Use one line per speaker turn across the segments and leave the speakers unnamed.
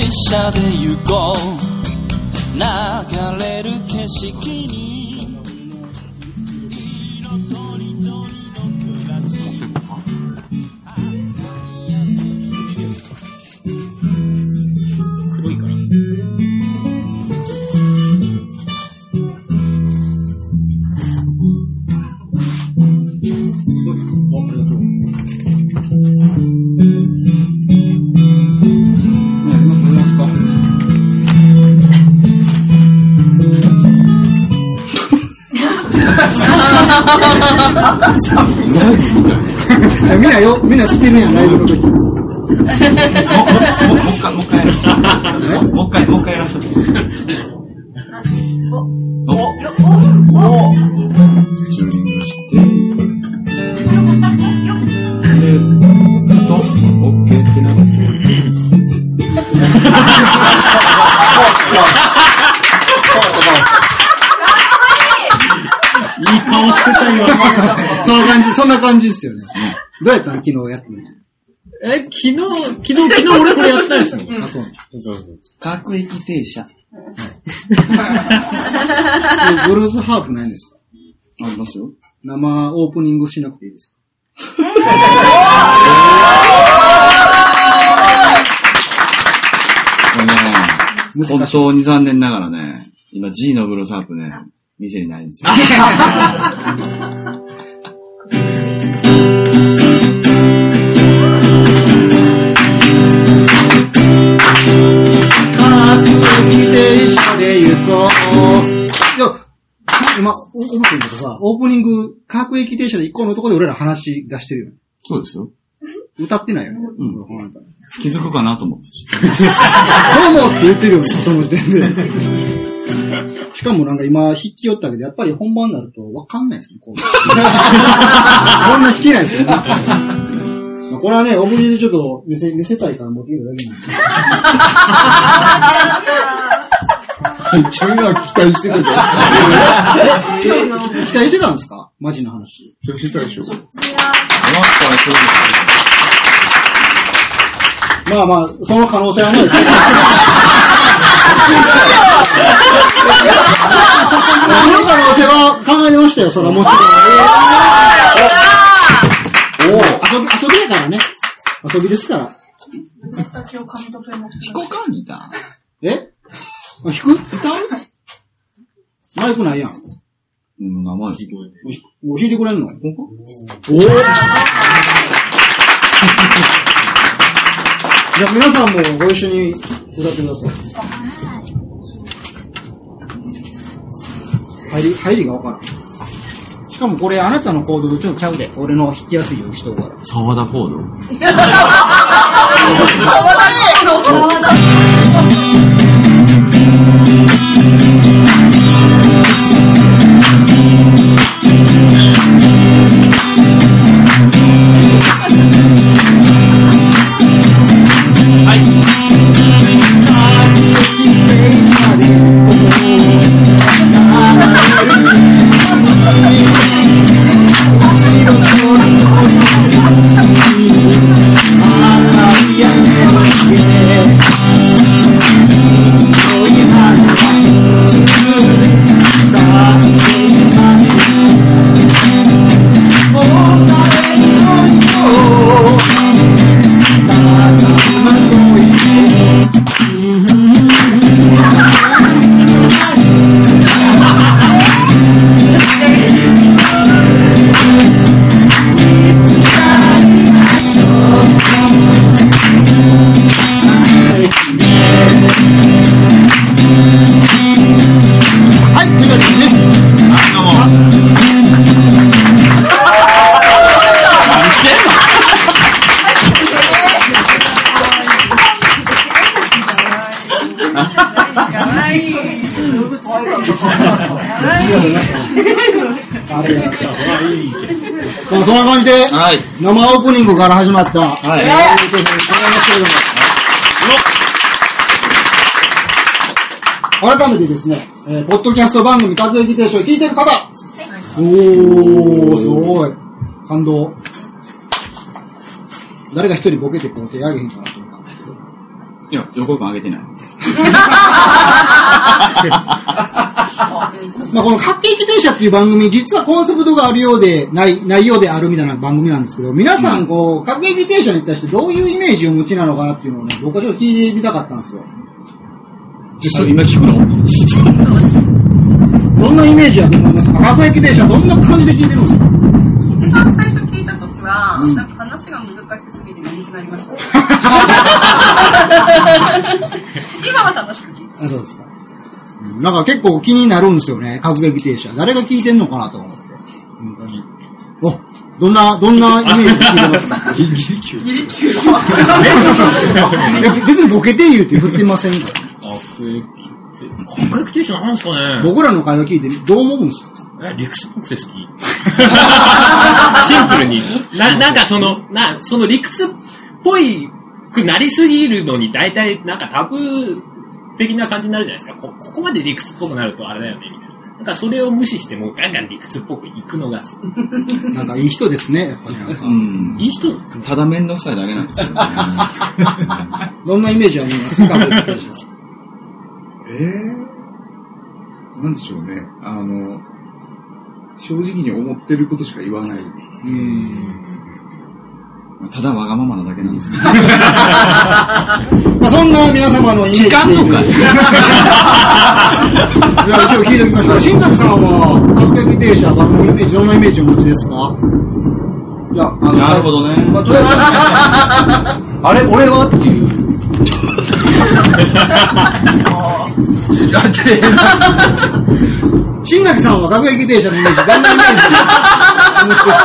車で行こう流れる景色に色とりどりの暮らし
黒いから
みんな知ってるやん、ライブの時。
もう一回やらせて。おチューニングして、OK ってなかった。
いい顔してたよ。
そんな感じですよね。どうやったの昨日やってみて。
昨日俺これやってないですもん。
あ、そう。
各駅停車。
ブルーズハープないんですか？
ありますよ。
生オープニングしなくていいですか？
本当に残念ながらね、今 G のブルースハープね、店にないんですよ。
今、思ってるけどさ、オープニング、各駅停車で1個のところで俺ら話し出してるよね。
そうですよ。
歌ってないよね。
うん。気づくかなと思って。
どうもって言ってるよね、その時点で。しかもなんか今、筆記寄ったけど、やっぱり本番になると分かんないですね、こう。そんな弾けないですよね。これはね、オープニングでちょっと見せたいから持ってきただけなんで。
めっちゃみんな期待してたじゃん。
期待してたんですか？マジの話。
期待してたでしょ。
まあまあ、その可能性はないです。その可能性は考えましたよ、それはもちろん。遊びだからね。遊びですから。
弾こうかギター。
え？弾く？
歌う？
マイクないやん。
うん、生で弾
もう弾いてくれんの？おぉ。じゃあ皆さんもご一緒に歌ってください。入りがわからん。しかもこれあなたのコードちょっとちゃうで。俺の弾きやすいようにしとくから。
沢田コード？
さあ、そんな感じで、はい、生オープニングから始まった、はい、改めてですね、ポッドキャスト番組各駅停車を聞いてる方、おー、すごい。感動。誰が一人ボケてこう手上げへんかなと思ったんですけど。
いや、予告上げてない。
まあこの各駅停車っていう番組、実はコンセプトがあるようでないようであるみたいな番組なんですけど、皆さんこう、各駅停車に対してどういうイメージをお持ちなのかなっていうのをね、僕はちょっと聞いてみたかったんですよ。
今聞くの
どんなイメージやと思いますか？各駅停車どんな感じで聞いてるんですか？
一番最初聞いたときは、なんか話が難しすぎて眠くなりました。今は楽しく聞いてます。
あ、そうですか。なんか結構気になるんですよね、各駅停車。誰が聞いてんのかなと思って。本当に。お、どんなイメージで聞いてますか？ギリ級。別にボケて言うって振ってませんからね。
各駅停車なんですかね？
僕らの会話聞いてどう思うんですか？
理屈っぽくて好き。シンプルに。なんかその理屈っぽいくなりすぎるのに大体なんかタブー的な感じになるじゃないですか。ここまで理屈っぽくなるとあれだよね、みたいな。なんかそれを無視してもうガンガン理屈っぽくいくのが好き。
なんかいい人ですね、やっぱりなんか。
いい人
ただ面倒くさいだけなんですよね。
どんなイメージありますか？各駅停車。
なんでしょうね。正直に思ってることしか言わない。
ただわがままなだけなんですけど。
まあそんな皆様のイメージ。
時間とか。
じゃあ一応聞いておきましょう。新崎さんは各駅停車番組イメージどんなイメージをお持ちですか？
いや、
なるほどね。
まあ、とりあえずあれ俺はっていう。
新崎さんは各駅停車のイメージどんなイメージお持ちですか？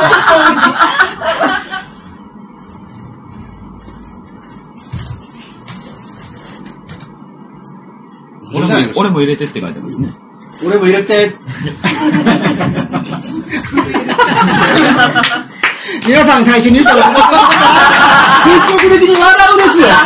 俺も入れてって書いてますね。
俺も入れて。
皆さん最初に言ったら積極的に笑うですよ。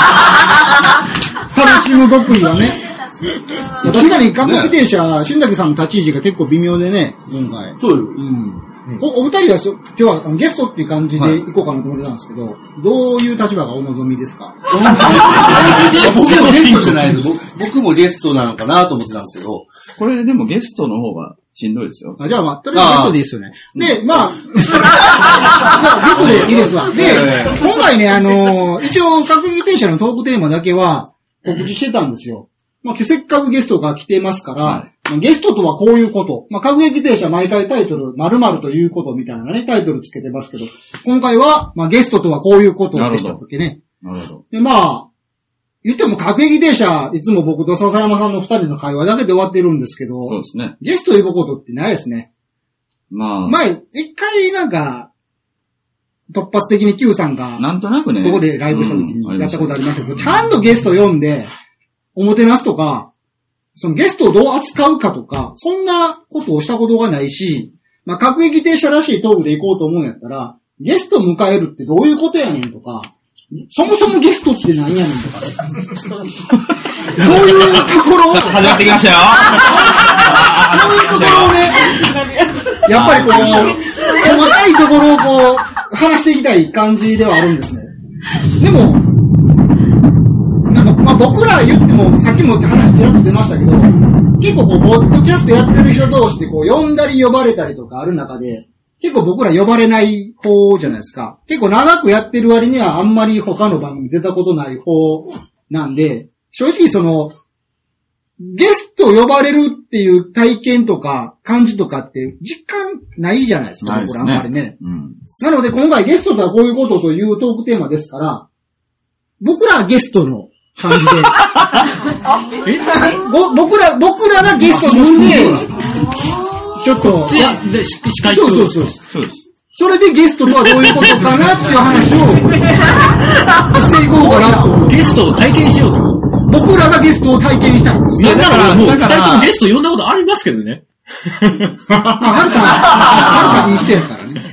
楽しむ極意はね。確かに各駅停車、新崎さんの立ち位置が結構微妙でね、今回。
そうよ。
お二人は今日はゲストっていう感じで行こうかなと思ってたんですけど、どういう立場がお望みですか？
僕もゲストじゃないです。僕もゲストなのかなと思ってたんですけど。
これでもゲストの方がしんどいですよ。
じゃあまあ、とりあえずゲストでいいですよね。で、まあ、ゲストでいいですわ。で、今回ね、一応各駅停車のトークテーマだけは告知してたんですよ。まあ、せっかくゲストが来てますから、ゲストとはこういうこと。まあ、各駅停車毎回タイトル、〇〇ということみたいなね、タイトルつけてますけど、今回は、まあ、ゲストとはこういうことでしたっけね。
なるほど。
で、まあ、言っても各駅停車、いつも僕と笹山さんの二人の会話だけで終わってるんですけど、
そうですね。
ゲスト呼ぶことってないですね。
まあ。
前、一回なんか、突発的に Q さんが、
なんとなくね。
ここでライブした時にやったことありましたけど、ちゃんとゲスト呼んで、おもてなすとか、そのゲストをどう扱うかとか、そんなことをしたことがないし、まあ、各駅停車らしいトークで行こうと思うんやったら、ゲスト迎えるってどういうことやねんとか、そもそもゲストって何やねんとか、そういうところを、
始まってきましたよ。
そういうところをね、やっぱりこう、細かいところをこう、話していきたい感じではあるんですね。でも、なんか、まあ僕ら言っても、さっきも話ちらっと出ましたけど、結構こう、ポッドキャストやってる人同士でこう、呼んだり呼ばれたりとかある中で、結構僕ら呼ばれない方じゃないですか。結構長くやってる割にはあんまり他の番組出たことない方なんで、正直その、ゲスト呼ばれるっていう体験とか感じとかって実感ないじゃないですか、僕らあんまりね。なので今回ゲストとはこういうことというトークテーマですから、僕らはゲストの感じで。僕らがゲストとして、ちょっと。
司会
そうです。それでゲストとはどういうことかなっていう話をしていこうかなと。
ゲストを体験しようと。
僕らがゲストを体験したいんです。
だからもう、二人ともゲスト呼んだことありますけどね。
はるさんいい人やからね。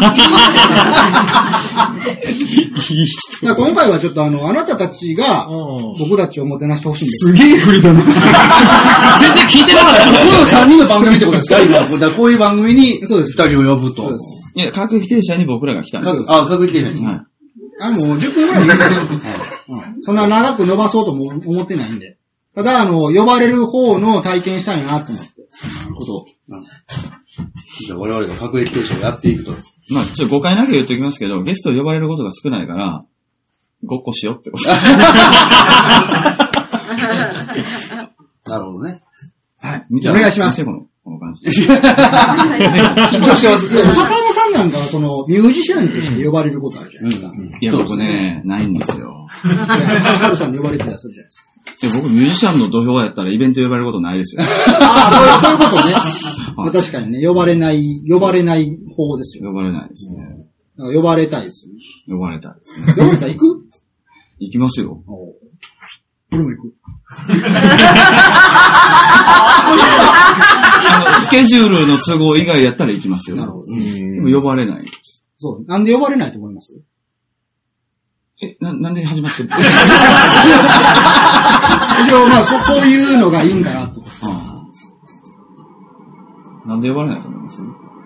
今回はちょっとあなたたちが僕たちをもてなしてほしいんです。
すげえ振りだな。
全然聞いてなかった。
この3人の番組ってことですか今。こういう番組に2人を呼ぶと。
いや、各駅停車に僕らが来たんです。
各駅停車に。
もう10分ぐらいですよ。 そんな長く伸ばそうとも思ってないんで。ただ、呼ばれる方の体験したいなと思って。
なるほど。じゃあ我々が各駅停車をやっていくと。
まあ、ちょっと誤解なく言っておきますけど、ゲスト呼ばれることが少ないから、ごっこしようってこと。
なるほどね。
はい。お願いします。
この感じ。
緊張してます。いや、笹山さんなんかは、ミュージシャンとして呼ばれることあるじゃないですか。
いや、僕ね、ないんですよ。
ハルさんに呼ばれてたりするじゃないですか。
僕、ミュージシャンの土俵やったらイベント呼ばれることないですよ。
ああ、そういうことね。まあ、確かにね、呼ばれない方ですよ。
呼ばれないですね。
呼ばれたいですよね。
呼ばれたいですね。
呼ばれたら行く？
行きますよ。
俺も行く。
スケジュールの都合以外やったら行きますよ。
なるほど。
でも呼ばれないです。
そう。なんで呼ばれないと思います？
なんで始まってるの？
まあ、こういうのがいいんかなと。
なんで呼ばれないと思います？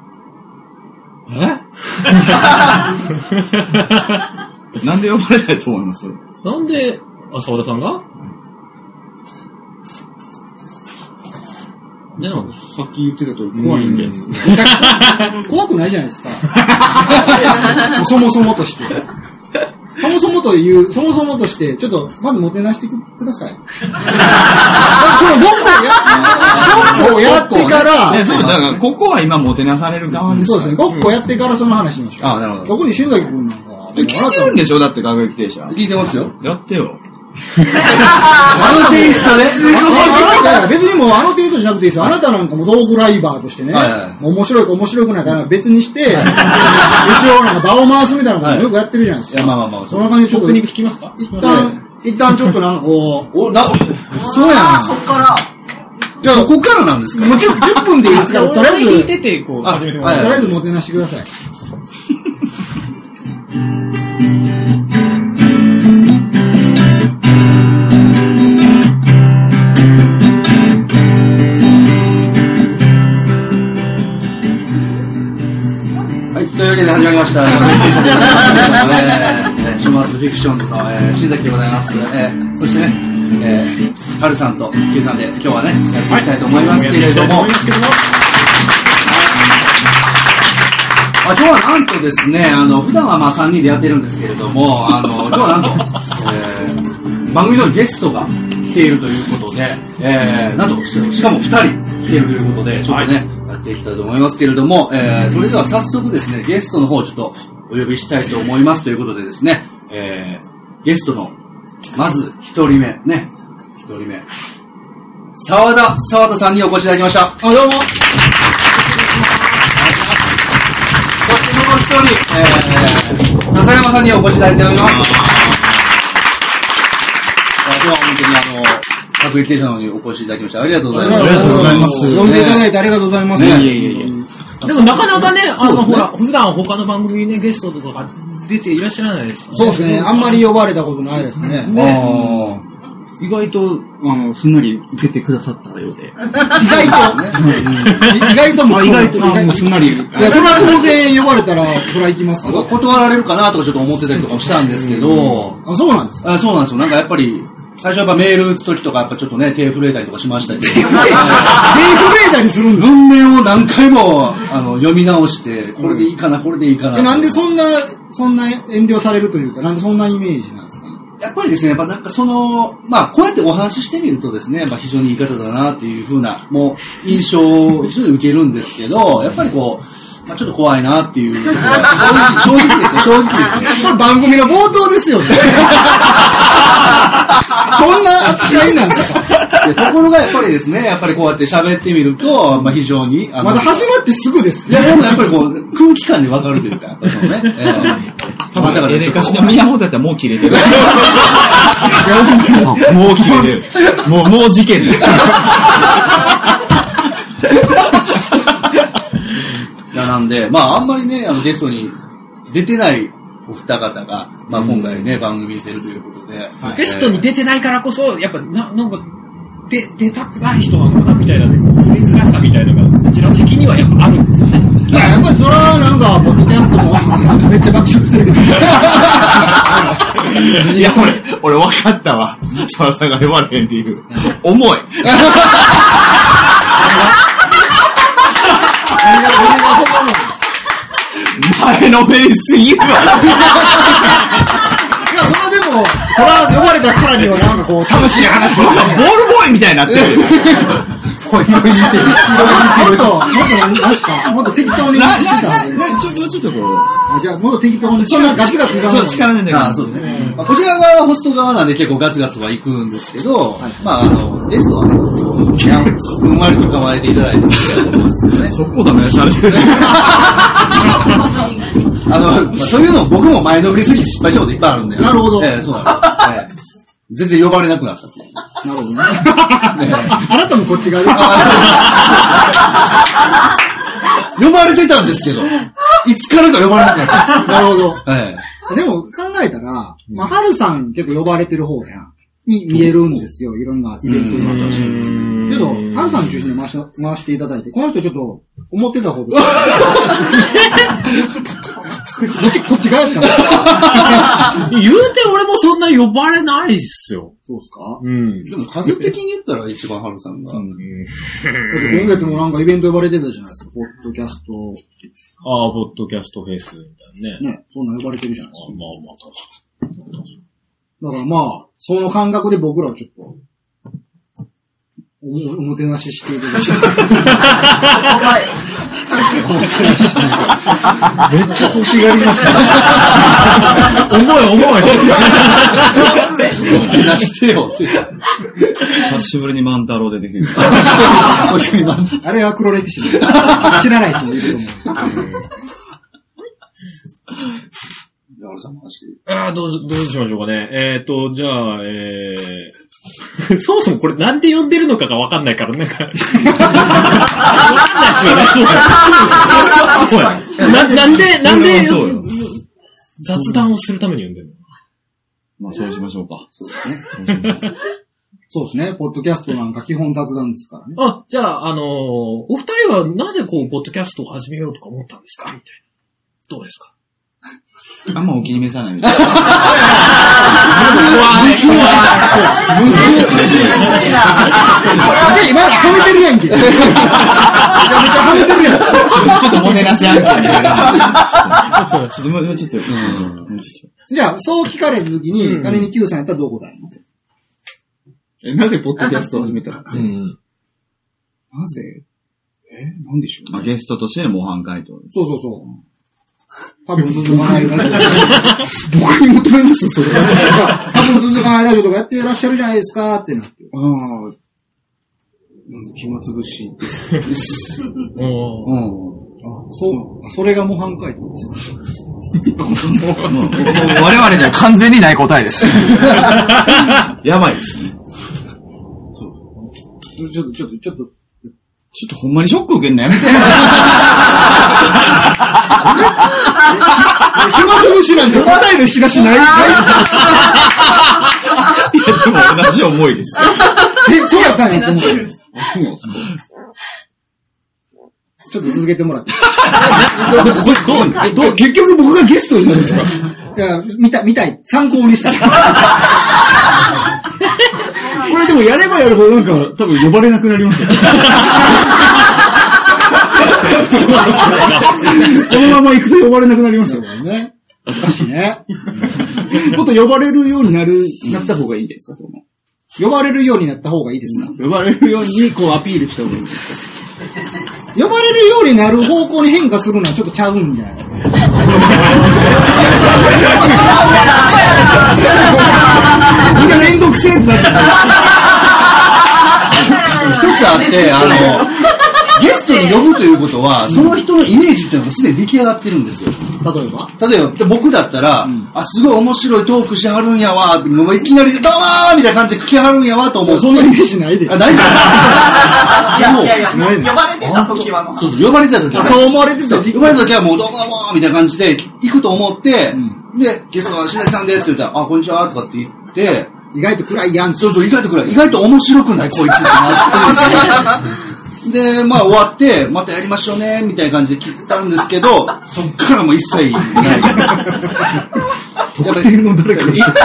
なんで呼ばれないと思います？
なんで、沢田さんが
さっき言ってた通り怖いんですよね。
怖くないじゃないですか。そもそもとして。そもそもとして、ちょっと、まずもてなしてください。そのごっこをやってから、
そう、だから、ここは今もてなされる側です。
そうですね。ごっこやってからその話しましょう。
あ、なるほど。
特に新崎くんなんか。
聞いてるんでしょ？だって、学駅停車。
聞いてますよ。
やってよ。
あのテイストね。
別にもうあのテイストじゃなくていいですよ。あなたなんかも道具ライバーとしてね、面白いか面白くないか別にして、一応なんか場を回すみたいなこともよくやってるじゃないですか。
まあ。
そんな感じでちょっと。
僕に聞きますか？
一旦ちょっとなんかこう。
そうやな。
そっから。
じゃあ、ここからなんですか？
もちろん10分でいいですから、とりあえず。
聞いてて、こう、始めてもらう。
とりあえずもてなしてください。
というわけで始まりました。週末フィクションズの新崎でございます。そしてね、はるさんと Q さんで今日はね、やっていきたいと思いますけれども、今日はなんとですね、普段はまあ3人でやってるんですけれども、今日はなんと、番組のゲストが来ているということで、なんと、しかも2人来ているということで、ちょっとね、やっていきたいと思いますけれども、それでは早速ですね、ゲストの方をちょっとお呼びしたいと思いますということでですね、ゲストの、まず1人目、ね、1人目、沢田さんにお越しいただきました。
どうも。
そしてもう一人、笹山さんにお越しいただいております。今日は本当に各駅停車の方にお越しいただきましてありがとうございます。
ありがとうございます。呼んでいただいてありがとうございます。
いえ。
でもなかなかね、ほら、普段他の番組にね、ゲストとか出ていらっしゃらないですか？
そうですね。あんまり呼ばれたことないですね。
意外と、すんなり受けてくださったようで。
意外と、
すんなり。
いや、それは当然呼ばれたら、それは行きますよ。
断られるかなとかちょっと思ってたりとかもしたんですけど。
そうなんですか？
そうなんですよ。なんかやっぱり、最初はやっぱメール打つときとかやっぱちょっとね、手震えたりとかしましたけど。手震
えたりするんですか？
文面を何回も読み直して、これでいいかな、これでいいかな。
なんでそんな遠慮されるというか、なんでそんなイメージなんですか？
やっぱりですね、やっぱなんかまあ、こうやってお話ししてみるとですね、やっぱ非常にいい方だなっていう風な、もう、印象を非常に受けるんですけど、やっぱりこう、まあ、ちょっと怖いなっていうところは正直ですよ。
これ番組の冒頭ですよね。そんな扱いなんですか？
ところがやっぱりですね、やっぱりこうやって喋ってみると、まあ、非常に、
まだ始まってすぐです。
いや、でもやっぱりこう、空気感でわかるというか、やっぱそのね、
多分、エレカシの宮本だったらもう切れてる。もう切れてる。もう事件です。
なんで、まあ、あんまりね、ゲストに出てないお二方が、まあ、今回ね、番組に出るということで。
ゲストに出てないからこそ、やっぱ、なんか、出たくない人なのかなみたいなね、振りづらさみたいなのが、こちら的にはやっぱあるんですよね。
いや、やっぱりそれはなんか、ポッドキャストもめっちゃ爆笑してるけど。
いや、俺分かったわ。沢さんが呼ばれへん理由。重い。前のめりすぎるわ。
いや、それでも、それは呼ばれたからにはなんかこう、楽しい話をして
ボールボーイみたいになってる。
もっとなんすかもっと適当にしてたんで。
もうちょっとこう。
じゃあ、もっと適当に。そんなガツガツいかない。
力ねんだけど。
そうですね。こちら側ホスト側なんで結構ガツガツは行くんですけど、まあゲストはね、ふんわりと構えていただいてるんですけどね。
そこダメされてる。
というのも僕も前のけすぎて失敗したこといっぱいあるんで。
なるほど。
そうなんです。全然呼ばれなくなったっていう。
なるほどね。あなたもこっち側で。
呼ばれてたんですけど、いつからか呼ばれなくなった。
なるほど。でも考えたら、まあ、はるさん結構呼ばれてる方やん。に見えるんですよ。いろんなイベントに回してる。けど、はるさん中心に回していただいて、この人ちょっと思ってた方で。こっち側やったん
言うて俺もそんな呼ばれないっすよ。
そうっすか？
でも数的に言ったら一番はるさんが。だって
今月もなんかイベント呼ばれてたじゃないですか。ポッドキャスト。
ああ、ポッドキャストフェスみたいなね。
ね、そんな呼ばれてるじゃないですか。
まあ確かに。
だからまあ、その感覚で僕らはちょっと、おもてなししていただいて。
めっちゃ欲しがりますね。
重い。
おもてなしてよって。
久しぶりに万太郎出てきる。
あれは黒歴史知らない人もいると思う。
どうしましょうかね。じゃあ、そもそもこれなんで呼んでるのかがわかんないから、なんか。わかんないですよね。なんで、雑談をするために呼んでるの？
まあ、そうしましょうか。
そうですね。ポッドキャストなんか基本雑談ですからね。
じゃあ、お二人はなぜこう、ポッドキャストを始めようとか思ったんですかみたいな。どうですか？
あんまお気に召さないみたいな。
今はめてるやんけ。めちゃめちゃはめてるやん。
ちょっともてなし案件みたいな。ちょっと。
じゃあ、そう聞かれたときに、仮に Q さんやったらどう答えるの？
なぜポッドキャストを始めたの？なぜ？なんでしょうね。
ゲストとしての模範解答。
そう。多分続かないラジオ。僕に求めますそれ。多分続かないラジオとかやってらっしゃるじゃないですかってなって。
暇つぶしです。
それが模範解答です。
我々には完全にない答えです。やばいですね。
ちょっと
ほんまにショック受けんのやめて。
暇つぶしなんて答えの引き出しない。いや、
でも同じ思いですよ。
そうやったんやと思う。ちょっと続けてもらって。
結局僕がゲストになるんですか？
いや、見たい。参考にしたい。
これでもやればやるほどなんか多分呼ばれなくなりますよ。このまま行くと呼ばれなくなりますよ
ね。難しいね。
もっと呼ばれるようになった方がいいんですか？
呼ばれるようになった方がいいですか？
呼ばれるようにこうアピールした方がいいですか？
呼ばれるようになる方向に変化するのはちょっとちゃうんじゃないですか。
みんなめんどくせえってなって
一つあって、ゲストに呼ぶということは、その人のイメージっていうのがすでに出来上がってるんですよ。
例えば
僕だったら、すごい面白いトークしはるんやわ、もういきなり、どうもーみたいな感じで聞きはるんやわと思って。
そんなイメージないで。
ないで。
いや、呼ばれてた時は
そう、呼ばれてた時は。
そう思われてた
呼ばれた時はもうどうもみたいな感じで行くと思って、で、ゲストは白井さんですって言ったら、こんにちはとかって言って、
意外と暗いやん。
そう、意外と暗い。意外と面白くないこいつってなってで、まあ終わって、またやりましょうね、みたいな感じで切ったんですけど、そっからもう一切ない。
特定の誰かにして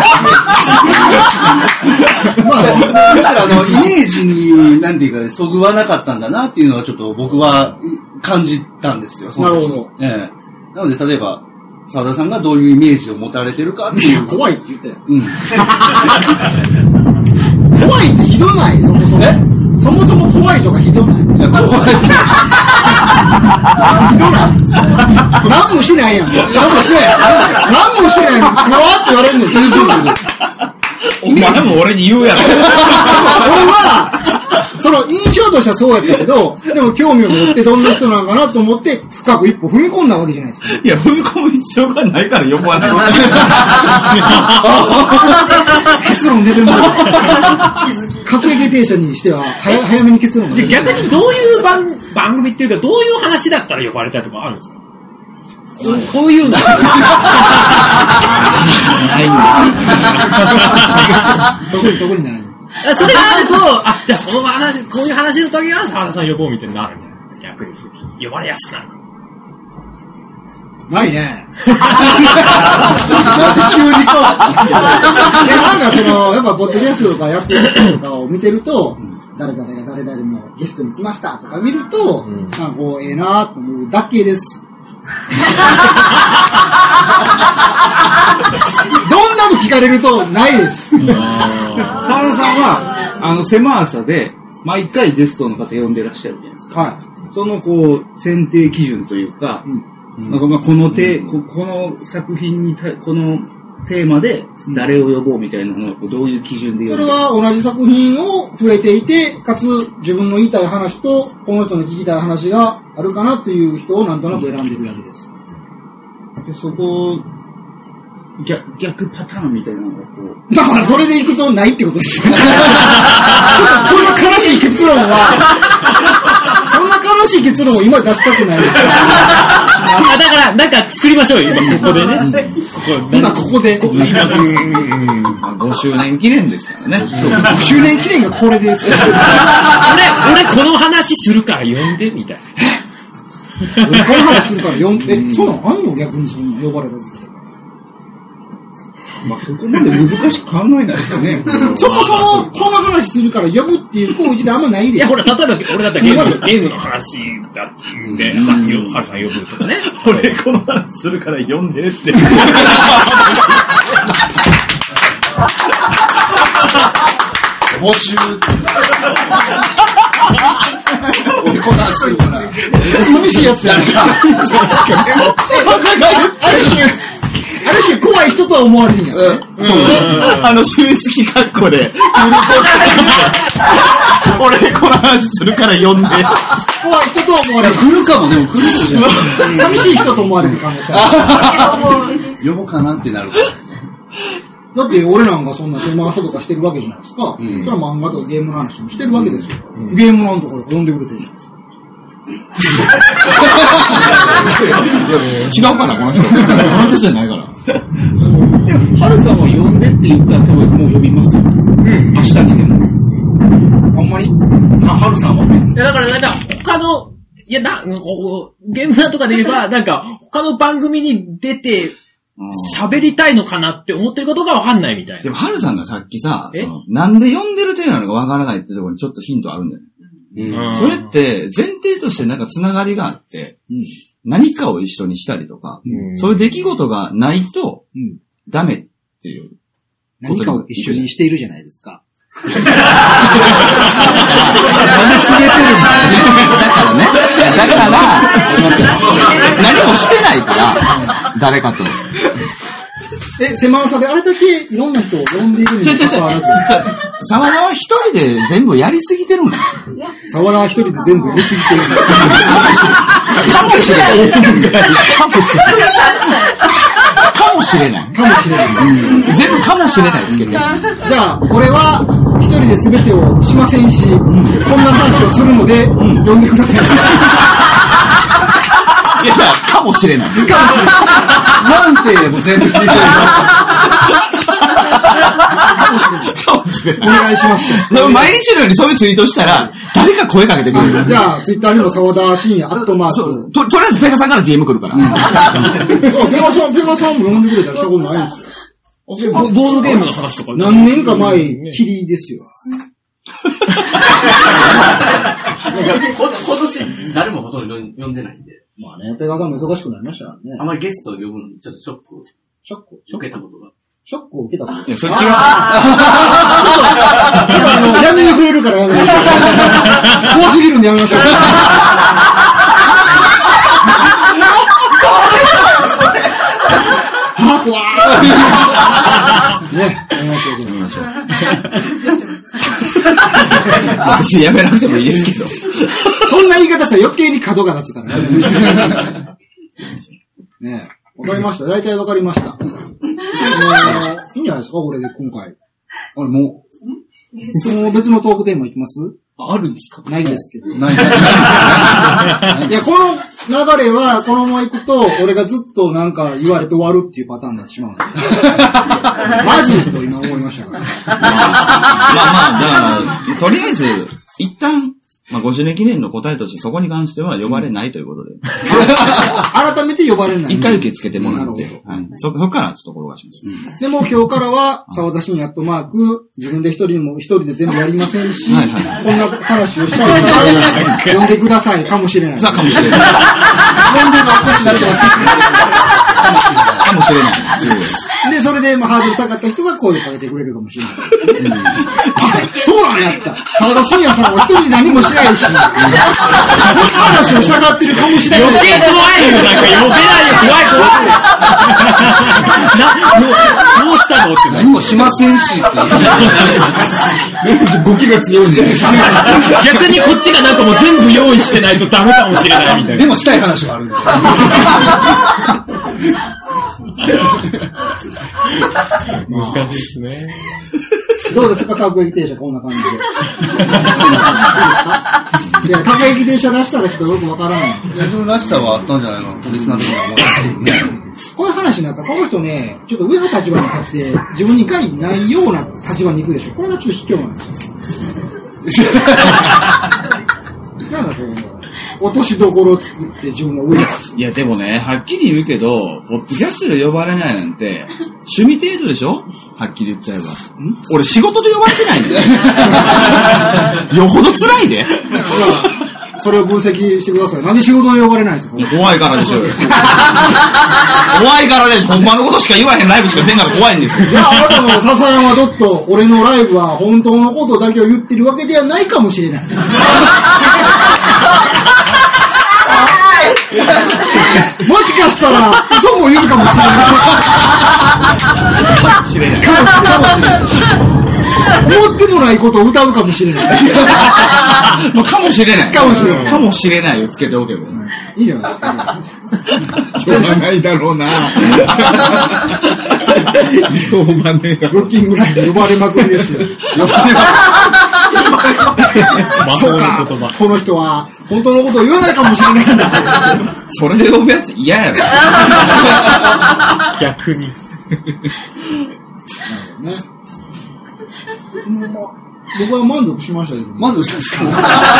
まあ、だからイメージに、なんていうかね、そぐわなかったんだなっていうのはちょっと僕は感じたんですよ。
なるほど。
なので、例えば、沢田さんがどういうイメージを持たれてるかっていう。
怖いって言ったよ。
うん。
怖いってひどないそもそも。そもそも怖いとかひどない。
いや、怖い。
ひどない。何もしないやん。何もしない。何もしないの。怖って言われるの。
お前も俺に言うやろ。
俺は、その印象としてはそうやったけど、でも興味を持ってどんな人なのかなと思って、深く一歩踏み込んだわけじゃないですか。
いや、踏み込む必要がないから横はない。
結論出てます。各駅停車にしては早めに結論が出て
じゃあ逆にどういう番組っていうか、どういう話だったら呼ばれたとかあるんですか？こういうの。ない
んです。特にない。
それがあると、じゃあこの話、こういう話の時は沢田さん呼ぼうみたいになるんじゃないですか。逆に。呼ばれやすくなる。
ないね。
急にこう。
なんかやっぱポッドキャストとかやってる人とかを見てると、誰々が誰々のゲストに来ましたとか見ると、なんかこう、ええなと思うだけです。どんなの聞かれるとないです。
沢田さんは、狭朝で、毎回ゲストの方呼んでらっしゃるじゃないですか。
はい。
その、こう、選定基準というか、なんかまあこの作品にこのテーマで誰を呼ぼうみたいなのをどういう基準で呼ぶ？
それは同じ作品を触れていて、かつ自分の言いたい話とこの人の聞きたい話があるかなという人をなんとなく選んでるだけです。
でそこ逆パターンみたいなのがこう。
だからそれでいくとないってことですよ。そんな悲しい結論は、そんな悲しい結論を今出したくないです。
だから、なんか作りましょうよ、今ここでね。
今ここで。
5周年記念ですからね。
5周年記念がこれです。
俺この話するから呼んで、みたいな。
俺この話するから呼んで、そんなんあんの逆にそんな呼ばれた時。
まあそこまで難しく考えないですよね。
そもそもこの話するから呼ぶっていう行為であんまないです。
いやほら、例えば俺だったらゲームの話だってんで、ハルさん呼ぶとかね。
俺この話するから呼んでって。
募集。俺こんなんするから。
寂しいやつやんか。ある種怖い人とは思われるんやね。
秘密機格好で、俺この話するから呼んで。
怖い人とは思われる。
来るかも、でも来るじゃん。
寂しい人と思われる可能性ある。
呼ぼうかなってなるからですね。
だって俺なんかそんな手回しとかしてるわけじゃないですか。それは漫画とかゲームの話もしてるわけですよ。ゲームなんとかで呼んでくれてるじゃないですか。
違うから、この人。この人じゃないから。
でも、ハルさんは呼んでって言ったら多分もう呼びますよ。明日にでも。
ほんまに
ハルさんはね。
だからなんか他の、いやゲームなんとかで言えば、なんか他の番組に出て喋りたいのかなって思ってることがわかんないみたいな。
でも、ハルさんがさっきさ、なんで呼んでる体なのかわからないってところにちょっとヒントあるんだよね。それって前提としてなんかつながりがあって、何かを一緒にしたりとか、そういう出来事がないとダメっていう。
何かを一緒にしているじゃないですか。
なんで告げてるんですか？だからね。だから、何もしてないから、誰かと。
狭さであれだけいろんな人を呼んでいるにもかかわらず。
沢田は一人で全部やりすぎてるんですよ。
沢田は一人で全部やりすぎてる。
かもしれない。かもしれない。全部かもしれないつけて。
じゃあ、俺は一人で全てをしませんし、こんな話をするので、呼んでください。
いや、かもしれない。
不安定も全部聞いてる。
かもしれ
お願いします
ない。毎日のようにそういうツイートしたら、誰か声かけてくれる。
じゃあ、ツイッターにも沢田信也、アットマーク。
そう、とりあえずペガさんから DM 来るから。
ペガさんも呼んでくれたらしたことないんですよ。
ボードゲームの話とか。
何年か前、キリですよ。
今年、誰もほとんど呼んでないんで。
まあね、ペガさんも忙しくなりましたからね。
あまりゲストを呼ぶのにちょっとショック受けたことが。
ショックを受けたこと
いや、それ違う。
やめにくれるからやめにくれる。怖すぎるんでやめましょう。怖い。ね、やめましょう。やめましょう。
別にやめなくてもいいですけど。
そんな言い方したら余計に角が立つからね。ねわかりました。大体わかりました。いいんじゃないですかこれで今回。もう別のトークテーマいきます？
あるんですか？
ないですけど。
ない。
いや、この流れは、このまま行くと、俺がずっとなんか言われて終わるっていうパターンになってしまうんで。マジと今思いましたから。
だから、とりあえず、一旦、5周年記念の答えとしてそこに関しては呼ばれないということで。
改めて呼ばれない。
一回受け付けてもらって。はい。そこからちょっと転がします。
でも今日からは、沢田信也アットマーク、自分で一人で全部やりませんし、こんな話をしたいから、呼んでくださいかもしれない。
さあ、かもしれない。
呼んでるおかしいなってます。
かもしれない。
で、それで、ハードル下がった人が声をかけてくれるかもしれない。そうなんやった。沢田信也さんは一人で何もしないし、こんな話をしたがってるかもしれない。
余計怖いよ、なんか呼べないよ、怖い。どうしたのって
何もしませんし。動きが強いんで。
逆にこっちがなんかもう全部用意してないとダメかもしれないみたいな。
でもしたい話はあるんで。
難しいですね。
どうですか各駅停車こんな感じで。いや、各駅停車らしさがちょっとよくわからない。
自分らしさはあったんじゃないのリスナー的には思いますけどね。
こういう話になったら、この人ね、ちょっと上の立場に立って、自分に害ないような立場に行くでしょ。これがちょっと卑怯なんですよ。なんかこう、落としどころを作って自分の上に立つ。
いや、でもね、はっきり言うけど、ポッドキャストで呼ばれないなんて、趣味程度でしょ？はっきり言っちゃえば。俺仕事で呼ばれてないんだよ。よほど辛いで。
それを分析してください。なんで仕事で呼ばれないんですか？
怖いからでしょ。怖いからでしょ。ほんまのことしか言わへんライブしかせんから怖いんですよ。
いや、あなたの笹山ドット、俺のライブは本当のことだけを言ってるわけではないかもしれない。もしかしたら、どうも言うかもしれない。
かもしれない。
かもしれない。思ってもないことを歌うかもしれない。
かもしれない。
かもしれない。
かもしれないをつけておけば。
いいじゃないですか。
しょうがないだろうな。しょうがねえだろう。
ブッキングライブ呼ばれまくりですよ。そうか。この人は本当のことを言わないかもしれないんだ。
それで呼ぶやつ嫌やろ。
逆に。
ね。僕は満足しましたけど。
満足したんですか？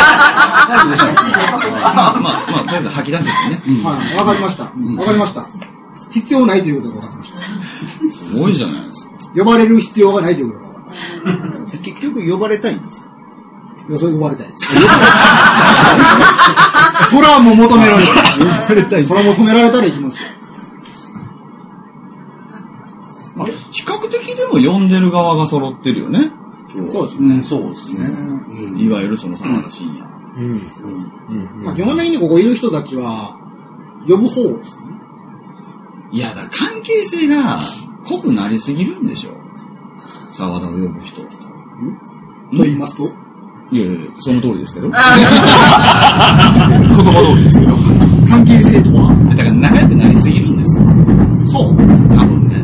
まあ、とりあえず吐き出すですね。
はい、わかりました。わかりました。必要ないということがわかりました。
すごいじゃないですか。
呼ばれる必要がないということがわかりました。
結局呼ばれたいんですか？
いや、それ呼ばれたいです。それはもう求められたい。
呼ばれたい。
それは求められたら行きますよ。
まあ、比較的でも呼んでる側が揃ってるよね。
そうですね。
そうですね。
いわゆるその真田深夜。
まあ、基本的にここいる人たちは、呼ぶ方ですね。
いや、だから関係性が濃くなりすぎるんでしょ。沢田を呼ぶ人は。
と言いますと、
いや、その通りですけど。言葉通りですけど。
関係性とは
だから仲良くなりすぎるんですよ。
そう。
多分ね。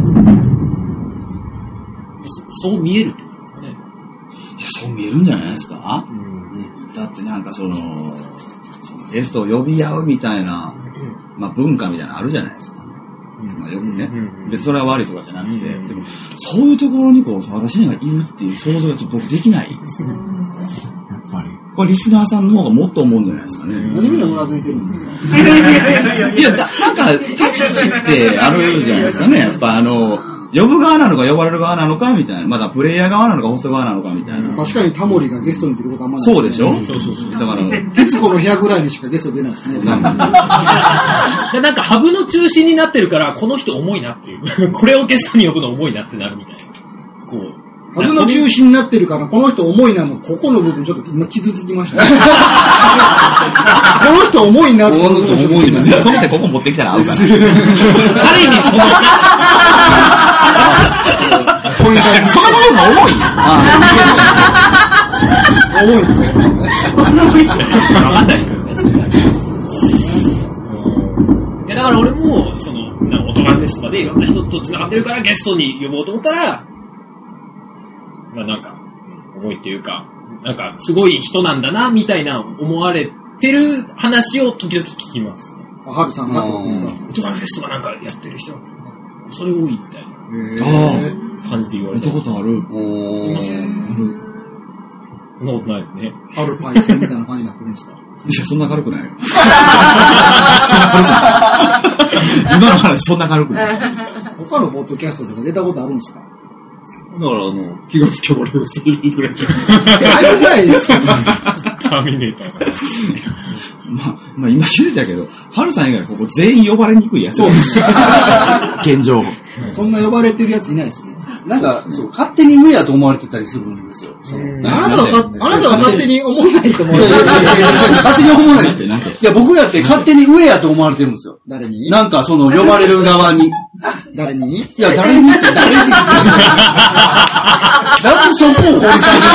そう見えるってことですかね。
いや、そう見えるんじゃないですか、だってなんかそのゲストを呼び合うみたいな、まあ文化みたいなのあるじゃないですか。まあよくね。 別にそれは悪いとかじゃなくて、でも、そういうところにこう、沢田信也がいるっていう想像が僕できないんですよ。やっぱり。これリスナーさんの方がもっと思うんじゃないですかね。
何みんなうなずいてるんですか？
いや、なんか、立ち位置ってあるじゃないですかね。やっぱ呼ぶ側なのか呼ばれる側なのかみたいな。まだプレイヤー側なのかホスト側なのかみたいな。
確かにタモリがゲストに出ることあんまない、
そうでしょ？そう。だから、
徹子の部屋ぐらいにしかゲスト出ないですね。
なんかハブの中心になってるから、この人重いなっていう。これをゲストに呼ぶの重いなってなるみたいな。こう。
ハブの中心になってるから、この人重いなの、ここの部分ちょっと今傷つきました、ね。この人重いなって。
この人重いな。その手ここ持ってきたら合うかな。
さらにその、
ポイント
その部分が重いんや。
重いんですよ。
わかんないですけどね。いや、だから俺も、その、オトガメフェスとかでいろんな人と繋がってるからゲストに呼ぼうと思ったら、まあなんか、重いっていうか、なんか、すごい人なんだな、みたいな思われてる話を時々聞きますね。
ハルさんが
オトガメフェスとかなんかやってる人、それ多いみたいな感じで言われて。
見たことある。
そんなことないよね。
あるパイセンみたいな感じになってるんですか？
いや、そんな軽くないよ。今の話そんな軽くない。
他のポッドキャストとか出たことあるんですか？
だから気がつけばれる3ぐらいじゃ
あれぐらいですか？
ターミネーターが。
まあ今気づいたけど、ハルさん以外ここ全員呼ばれにくいやつ。そうです。現状。
そんな呼ばれてるやついないですね。
なんか、そう、勝手に上やと思われてたりするんですよ。
あなたは勝手に思わないと思う。
勝手に思わないって。いや、僕やって勝手に上やと思われてるんですよ。
誰に？
なんか、呼ばれる側に。
誰に？
いや、誰にって誰にって。なんでそこを掘り下げるんですか？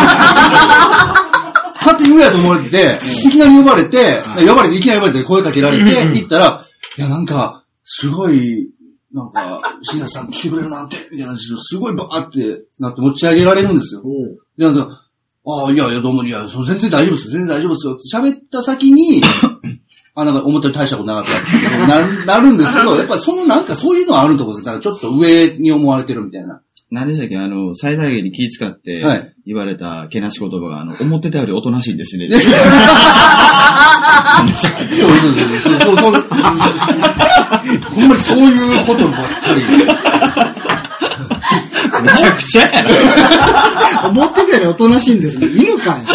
勝手に上やと思われてて、いきなり呼ばれて、いきなり呼ばれて声かけられて、行ったら、いや、なんか、すごい、なんか、椎名さん来てくれるなんて、みたいな話をすごいバーってなって持ち上げられるんですよ。で、なんか、いや、どうも、いや、全然大丈夫ですよ、全然大丈夫ですよって喋った先に、なんか思ったより大したことなかったってなるんですけど、やっぱりなんかそういうのはあると思うんですよ。ちょっと上に思われてるみたいな。
何でしたっけ最大限に気遣って言われたけなし言葉が、思ってたよりおとなしいんですね。
そう。ほんまにそういうことばっかり。
めちゃくちゃやな。
思ってたよりおとなしいんですね。犬かい。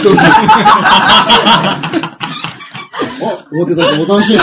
思ってたよりおとなしいな。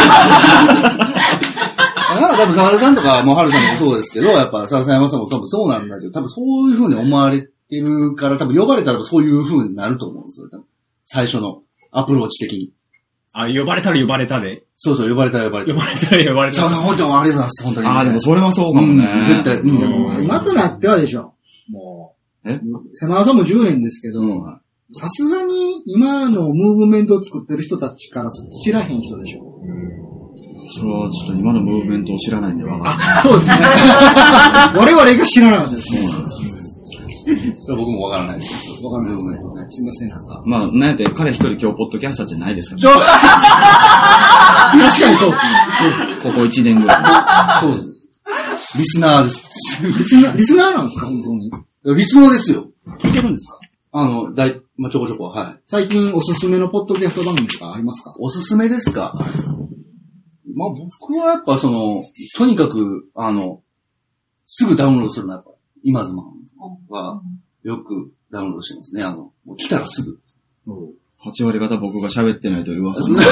多分沢田さんとか、もう春さんもそうですけど、やっぱ笹山さんも多分そうなんだけど、多分そういう風に思われてるから、多分呼ばれたらそういう風になると思うんですよ。多分最初のアプローチ的に。
呼ばれたら呼ばれたで。
そう、呼ばれたら。
呼ばれたら。
沢田さん、本当にありがとうございます、本当に。
でもそれはそうかもね。
絶対。
でも、今となってはでしょ。もう。狭さも10年ですけど、さすがに今のムーブメントを作ってる人たちから知らへん人でしょ。
それはちょっと今のムーブメントを知らないんでわかんない。
そうですね。我々が知らなかったですね。そうなんです
よ。僕もわからないです。
わからないですね。すみません、なんか。
まあ、なんやって彼一人今日ポッドキャスターじゃないですから、
ね。確かにそうですね。
ここ1年ぐらい。
そうです。リスナーです。
リスナーなんですか、本当に。
リスナーですよ。
聞いてるんですか？
まあ、ちょこちょこ、はい。
最近おすすめのポッドキャスト番組とかありますか？
おすすめですか？まあ僕はやっぱとにかく、すぐダウンロードするのはやっぱ、今ズマンはよくダウンロードしてますね。もう来たらすぐ。
8割方僕が喋ってないという噂。そう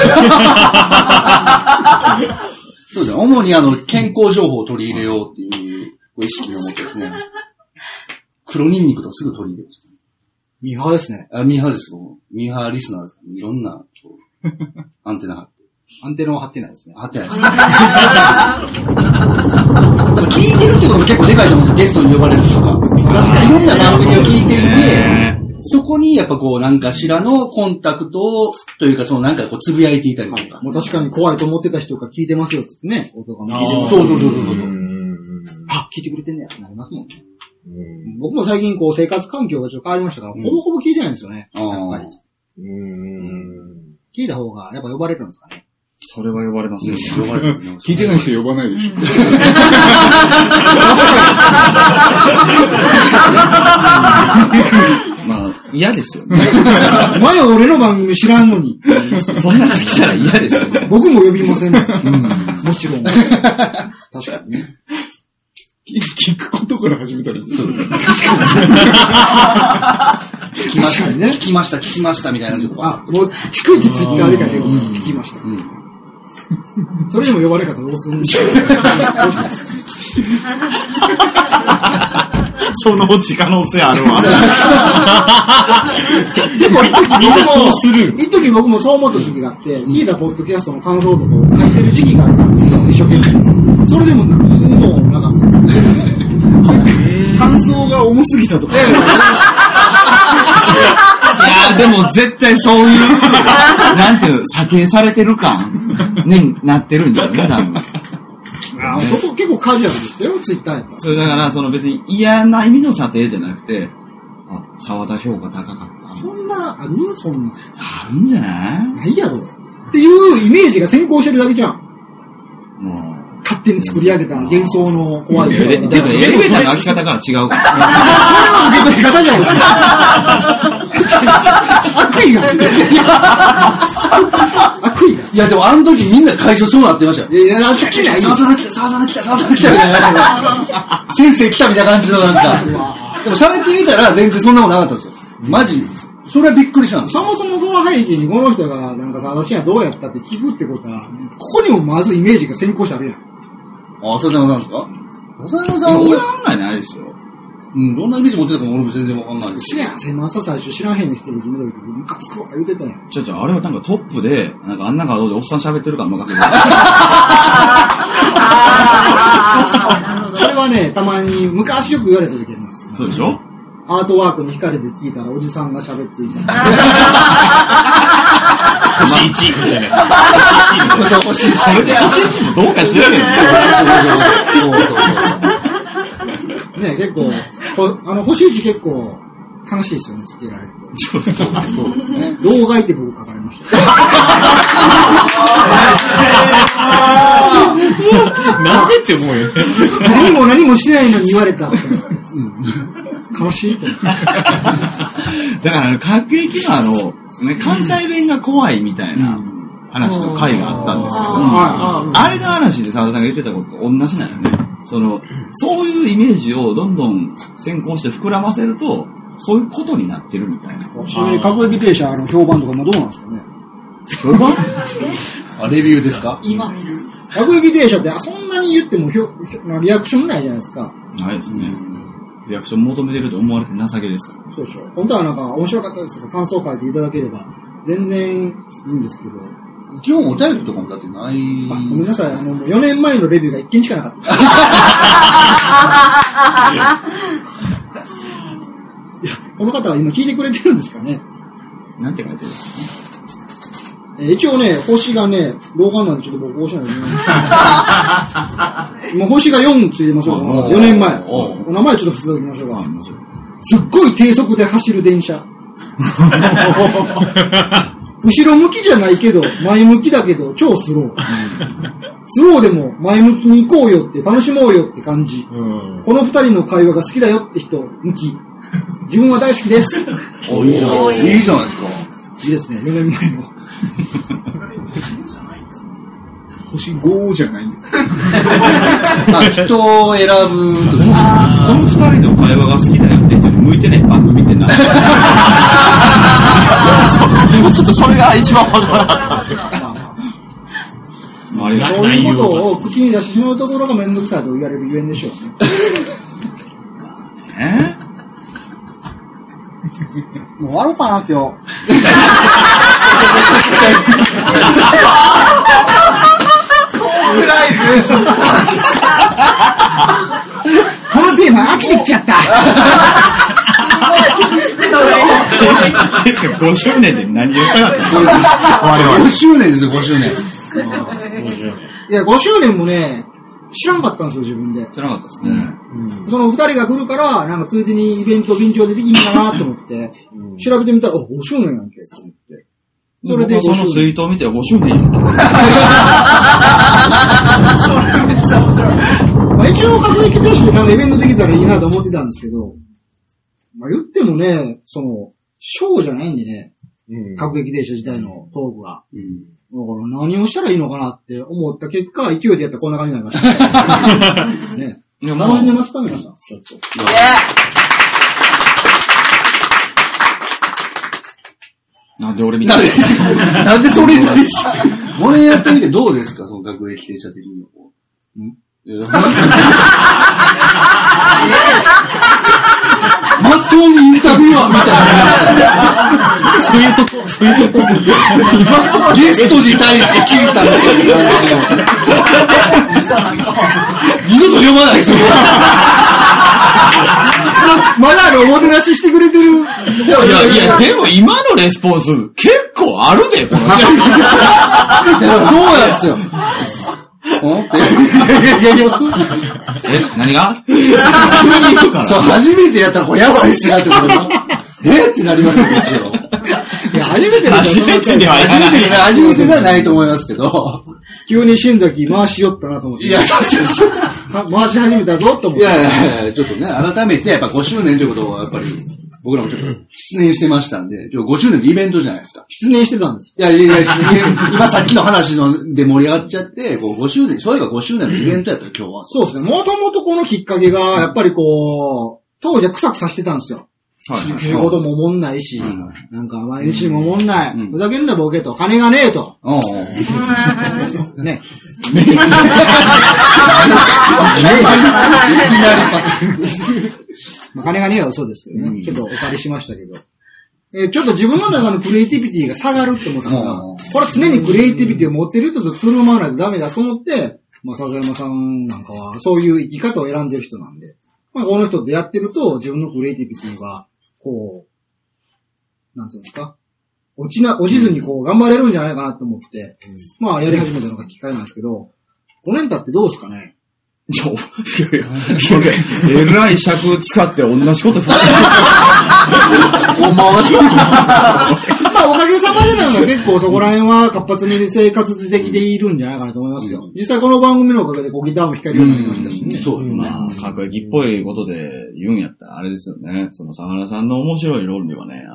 ですね。主に健康情報を取り入れようっていう意識を持ってですね。黒ニンニクとすぐ取り入れました。
ミーハーですね。
ミーハーです。ミーハーリスナーです。いろんな、アンテナ張って。
アンテナは張ってないですね。
張ってないです。でも聞いてるってことも結構でかいと思うんですよ。ゲストに呼ばれるとか。確かにいろんな番組を聞いていて、そこにやっぱ何かしらのコンタクトというかなんかつぶやいていたりとか。
もう確かに怖いと思ってた人が聞いてますよってね。音が聞いてます。
そう。
あ、聞いてくれてんねやってなりますもんね。僕も最近生活環境がちょっと変わりましたから、ほぼほぼ聞いてないんですよね。やっぱり。聞いた方がやっぱ呼ばれるんですかね。
それは呼ばれますよ。
聞いてない人呼ばないでしょ。
まあ、嫌ですよね。
お前は俺の番組知らんのに。
そんなやつ来たら嫌ですよね。
僕も呼びませんもん。もちろん。確かにね。
聞くことから始めたらいい。
聞きましたみたいなとこ。
あ、もう、逐一ツイッターで書いて聞きました。それでも呼ばれ方どうするんですか？
そのうち可能性あるわ。
でも、一時僕もそう思った時期があって、聞いたポッドキャストの感想とかを書いてる時期があったんですよ、一生懸命。それでも、もうなかったです。
感想が重すぎたとか。
いやでも絶対そういう、なんていうの、査定されてる感になってるんだよね、多分。
そこ結構カジュアルですよ、ツイッターやったら。
それだから、別に嫌な意味の査定じゃなくて、沢田評価高かった。
そんな、ある
んじゃない
ないやろ。っていうイメージが先行してるだけじゃん。
もう。
勝手に作り上げた幻想の怖い。
でもエレベーターの開き方から違うから。
それは受け取り方じゃないですか。悪意が。悪意が。
いや、でもあの時みんな会社そうなってましたよ。
いや、なってない。
沢田来たみたいな。先生来たみたいな感じのなんか。でも喋ってみたら全然そんなことなかったんですよ。マジ。それはびっくりしたんですよ。
そもそもその背景にこの人がなんかさ、私はどうやったって聞くってことは、ここにもまずイメージが先行してあるやん。
笹山さんですか？笹山さんは
俺は案外ないですよ。
どんなイメージ持ってたかも俺も全然わかんないです。
知らん、先朝最初知らんへんの人に決めた時、ムカつくわ言うてたやん。
あれはなんかトップで、なんかあんな顔でおっさん喋ってるから任せてる。
それはね、たまに昔よく言われた時あります。
そうでしょ？
アートワークの光で聞いたらおじさんが喋っていた。
星1みたいなやつ。
星1。
それで星1もどうかしてるけど。
ね、結構、星1結構悲しいですよね、つけられると。そうですね。老害って僕書かれました。
なんでって思うよね。
何もしてないのに言われたって。悲しい。
だから各駅の関西弁が怖いみたいな話の回があったんですけど、あれの話で沢田さんが言ってたことと同じなんよね。そういうイメージをどんどん先行して膨らませると、そういうことになってるみたいな。
ちなみに各駅停車の評判とかもどうなんですかね。
評判？
レビューですか？
今見る。
各駅停車ってそんなに言ってもリアクションないじゃないですか。
ないですね。リアクション求めてると思われて情けですから。
そうでしょ。本当はなんか面白かったですとか感想書いていただければ全然いいんですけど。
基本お便りとかもだってない。
ごめんなさい。4年前のレビューが1件しかなかった。いや、この方は今聞いてくれてるんですかね。
なんて書いてるんですかね。
一応ね、星がね、老眼なんでちょっと僕星なんでね。もう星が4ついてますよ。4年前。お名前ちょっと伏せておきましょうか。すっごい低速で走る電車。後ろ向きじゃないけど、前向きだけど、超スロー。スローでも前向きに行こうよって、楽しもうよって感じ。この2人の会話が好きだよって人、向き。自分は大好きです。
いいじゃないですか。いいじゃないですか。
いいですね、4年前の。
星5じゃないんですか。
人を選ぶと。
この二人の会話が好きだよって人に向いてない番組って何？今ちょっとそれが一番わからなかったんですよ。
そういうことを口に出してしまうところがめんどくさいと言われるゆえんでしょうね。もう終わろうかな、今日。このテーマ飽きてきちゃった。
5周年で何をしたかったの
？5周年ですよ、5周年。
いや、5周年もね、知らんかったんですよ、自分で。
知らなかったですね。
その2人が来るから、なんかついでにイベント便乗でできんかなと思って、調べてみたら、5周年やんけ、と思って。 それで
そのツイートを見て5周年やんけ。
まあ一応各駅停止でなんかイベントできたらいいなと思ってたんですけど、まあ言ってもね、ショーじゃないんでね、各駅停車自体のトークが。だから何をしたらいいのかなって思った結果、勢いでやったらこんな感じになりました。ね。楽しんでますか皆さん。ちょっと。
なんで俺みたい
なんでそれに対して。これやってみてどうですかその学駅停車的に。まっとうにインタビュアーみたいになりました。
そういうとこ。
ゲストに対して聞いたみたいな感じの。二度と読まないですよ。
まだおもてなししてくれてる。
いや、でも今のレスポンス結構あるで、この人。
そうなんですよ。
何が急に言うから。
そう、初めてやったらこれやばいっすなってことってなりますよ、もちろん。
いや、初めてで
はないと思いますけど。
急に新崎回しよったなと思って。
いや、そう。
回し始めたぞと思って。
いや、ちょっとね、改めてやっぱ5周年ということはやっぱり、僕らもちょっと失念してましたんで、5周年のイベントじゃないですか。
失念してたんです。
いや、今さっきの話で盛り上がっちゃって、5周年、そういえば5周年のイベントやったら今日は。
そうですね。もともとこのきっかけが、やっぱり当時はクサクサしてたんですよ。仕事もおもんないし、なんか毎日もおもんない。ふざけんなボケと、金がねえと。ね。金がねえは嘘ですけどね。ちょっとお借りしましたけど。ちょっと自分の中のクリエイティビティが下がるって思ったから、これは常にクリエイティビティを持ってる人とつるまないとダメだと思って、笹山さんなんかはそういう生き方を選んでる人なんで、この人とやってると自分のクリエイティビティが、なんていうんですか、落ちずに頑張れるんじゃないかなと思って、やり始めたのがきっかけなんですけど、5年経ってどうですかね？
いや、えらい尺使って同じこと言って
おかげさまでなんか結構そこら辺は活発に生活的でいるんじゃないかなと思いますよ。実際この番組のおかげでギターも弾けるようになりましたしね。
そうですね。各駅っぽいことで言うんやったらあれですよね。その沢田さんの面白い論理はね、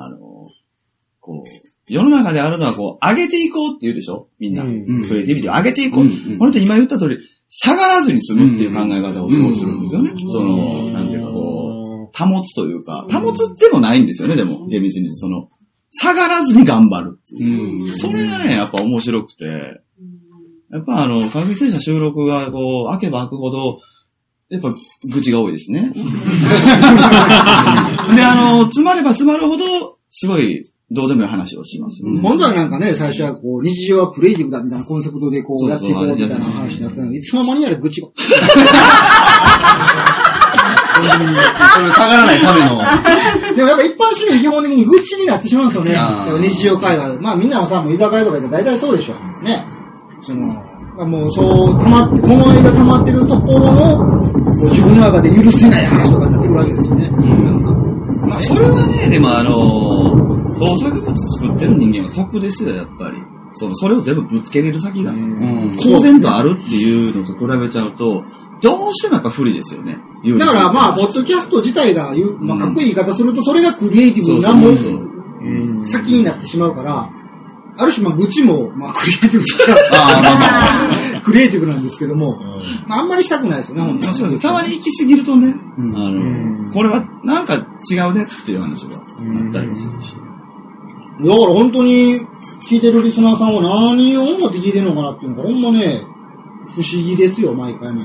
世の中であるのは上げていこうって言うでしょみんな。クリエイティビティを上げていこう。これって今言った通り、下がらずに済むっていう考え方をすごいするんですよね。なんていうか保つというか、保つってもないんですよね、でも、厳密に下がらずに頑張るっていう。それがね、やっぱ面白くて、やっぱ各駅停車収録が開けば開くほど、やっぱ愚痴が多いですね。で、詰まれば詰まるほど、すごい、どうでもいい話をします。
本当はなんかね、最初は日常はクリエイティブだみたいなコンセプトでやっていこうみたいな話になったのに、いつの間にやら愚痴が。
それ下がらないための。
でもやっぱ一般市民基本的に愚痴になってしまうんですよね。日常会話。みんなもさ、居酒屋とかで大体そうでしょ。ね。もうこの間溜まってるところも、自分の中で許せない話とかになってくるわけですよね。
それはね、でも創作物作ってる人間は得ですよ、やっぱり。それを全部ぶつけれる先が、公然とあるっていうのと比べちゃうと、どうしてもやっぱ不利ですよね。
だからポッドキャスト自体がかっこいい言い方すると、それがクリエイティブな先になってしまうから、ある種愚痴もクリエイティブクリエイティブなんですけども、あんまりしたくないですよね、本当に。
そうです。たまに行き過ぎるとね、これはなんか違うねっていう話があったりもするし。
だから本当に聞いてるリスナーさんは何を思って聞いてるのかなっていうのがほんまね、不思議ですよ、毎回。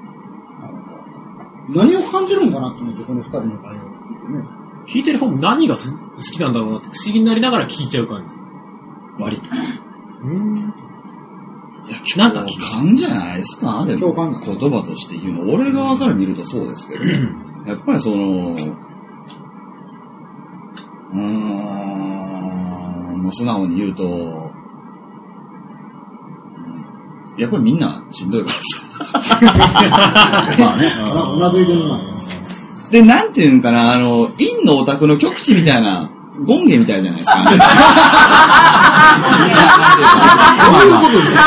何を感じるのかなって思って、この二人の会話を聞いてね。
聞いてる方も何が好きなんだろうなって不思議になりながら聞いちゃう感じ。割と。いや、
なんか感じゃないですかでも、言葉として言うの。俺側から見るとそうですけど、やっぱりもう素直に言うと、やっぱりみんなしんどいからさ。
まあね。うなずいてるな。
で、なんていうんかな、陰のオタクの極致みたいなゴンゲみたいじゃないですか。
どういうことです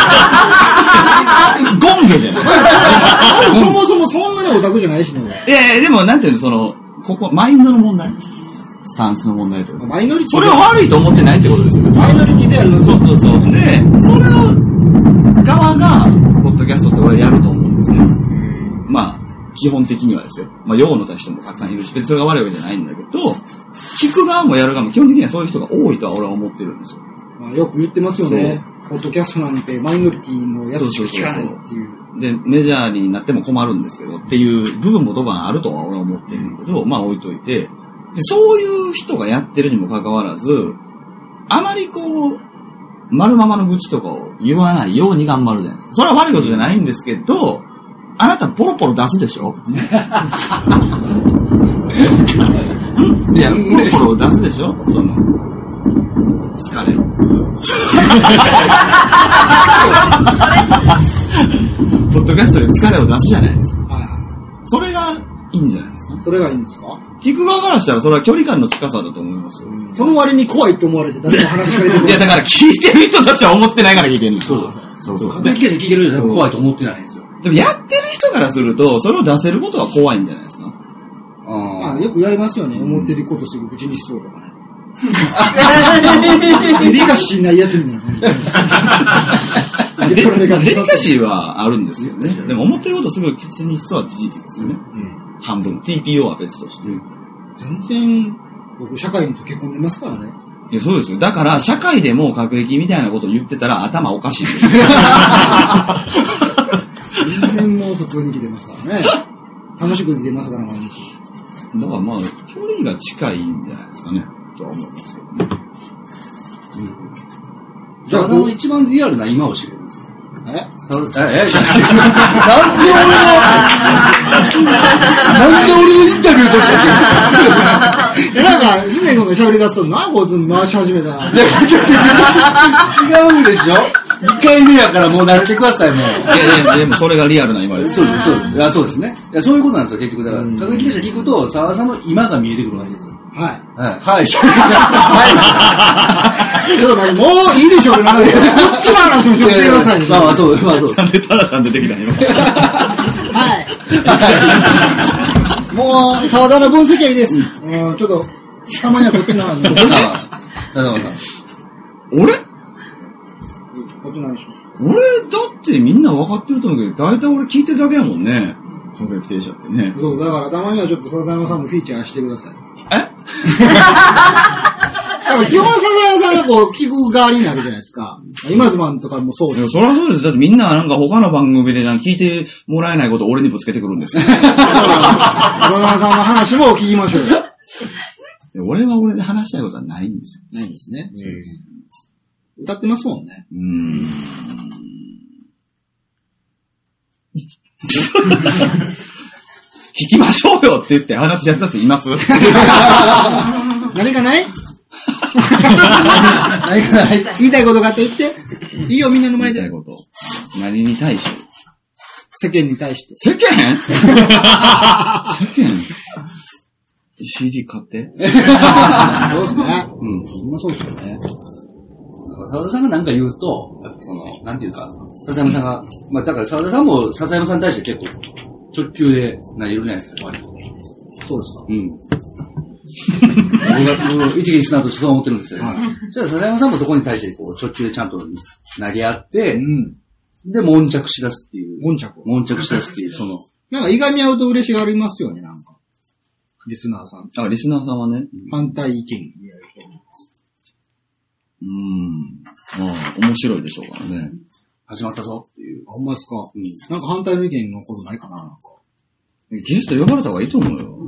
か
ゴンゲじゃない
そもそもそんなにオタクじゃないしね。
いやいや、でもなんていうの、ここ、マインドの問題スタンスの問題というか。
マイノリティ。
それを悪いと思ってないってことですよね。
マイノリティであります。
そう。で、それを、側が、ポッドキャストって俺やると思うんですね。まあ、基本的にはですよ。まあ、用の人もたくさんいるし、別にそれが悪いわけじゃないんだけど、聞く側もやる側も基本的にはそういう人が多いとは俺は思ってるんですよ。
まあ、よく言ってますよね。ポッドキャストなんてマイノリティのやつしか聞かないっていう。
で、メジャーになっても困るんですけどっていう部分も多分あるとは俺は思ってるんだけど、まあ置いといて、で、そういう人がやってるにもかかわらず、あまりこう、丸ままの愚痴とかを言わないように頑張るじゃないですか。それは悪いことじゃないんですけど、あなたポロポロ出すでしょいや、ポロポロ出すでしょその、疲れを。ポッドキャストで疲れを出すじゃないですか。それがいいんじゃないですか。
それがいいんですか。
聞く側からしたらそれは距離感の近さだと思いますよ。
その割に怖いと思われて誰も話しかけてこない。
いや、だから聞いてる人たちは思ってないから聞いてるの。そう。
で、聞いてる人は怖いと思ってないんですよ。
でもやってる人からすると、それを出せることは怖いんじゃないですか。
まあ、よく言われますよね。思ってることすぐ口にしそうとかね。デリカシーないやつみたいな感じ。
デリカシーはあるんですよね。でも思ってることすぐ口にしそうは事実ですよね。半分。TPO は別として。
全然、僕、社会に溶け込んでますからね。
いや、そうですよ。だから、社会でも学歴みたいなことを言ってたら頭おかしいですよ。
全然もう普通に生きてますからね。楽しく生きてますから、毎日。
だからまあ、距離が近いんじゃないですかね。とは思いますけどね。
じゃあ、その一番リアルな今を知るんですよ。
なんで
俺のインタビューと
いや、なんか、新年君が喋り出すと、な、こいつ回し始めたな。
違うでしょ ?2 回目やからもう慣れてください、もう。
いや、でもそれがリアルな今です。
そうですね。いや、そういうことなんですよ、結局。だから、学歴者聞くと、沢田さんの今が見えてくるわけですよ。
はい。
はい。
ちょっと待って、もういいでしょ、俺。こっちの話もしてください。
まあそう。
なんでタラさん出てきたの今。
はい。もう、沢田の分析はいいです。ちょっと、たまにはこっちの話。
俺
こっちの話。
俺、だってみんな分かってると思うけど、大体俺聞いてるだけやもんね。学歴停車ってね。
そう、だからたまにはちょっと笹山さんもフィーチャーしてください。多分基本笹山さんがこう、聞く側になるじゃないですか。今ズマンとかもそうです。
そりゃそうです。だってみんななんか他の番組で聞いてもらえないことを俺にぶつけてくるんですよ。
笹山さんの話も聞きましょうよ。
俺は俺で話したいことはないんですよ。
ないんですね。歌ってますもんね。
聞きましょうよって言って話しやすいやついます
何かない言いたいことがあって言って。いいよ、みんなの前で。
言いたいこと。何に対して？
世間に対して。
世間CD 買って。
そうですね。そうですよね。
沢田さんが何か言うと、なんていうか、笹山さんが、まあだから沢田さんも笹山さんに対して結構直球でなれるじゃないですか、割と。
そうですか。
僕が一リスナーとしてそう思ってるんですよ。じゃあ笹山さんもそこに対してこう直球でちゃんとなり合って、で、悶着しだすっていう。悶着しだすっていう、
なんか、いがみ合うと嬉しがりますよね、なんか。リスナーさん。
リスナーさんはね。
反対意見言えると。
面白いでしょうからね。
始まったぞっていう。
ほんまですか。なんか反対の意見のことないかな、なんか。
ゲスト呼ばれた方がいいと思うよ。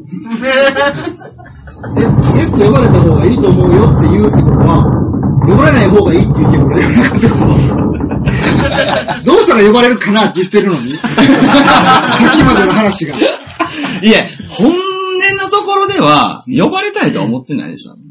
ゲスト呼ばれた方がいいと思うよって言うってことは、呼ばれない方がいいって言ってもらえなかったどうしたら呼ばれるかなって言ってるのに。さっきまでの話が。
いや、本音のところでは、呼ばれたいとは思ってないでしょ。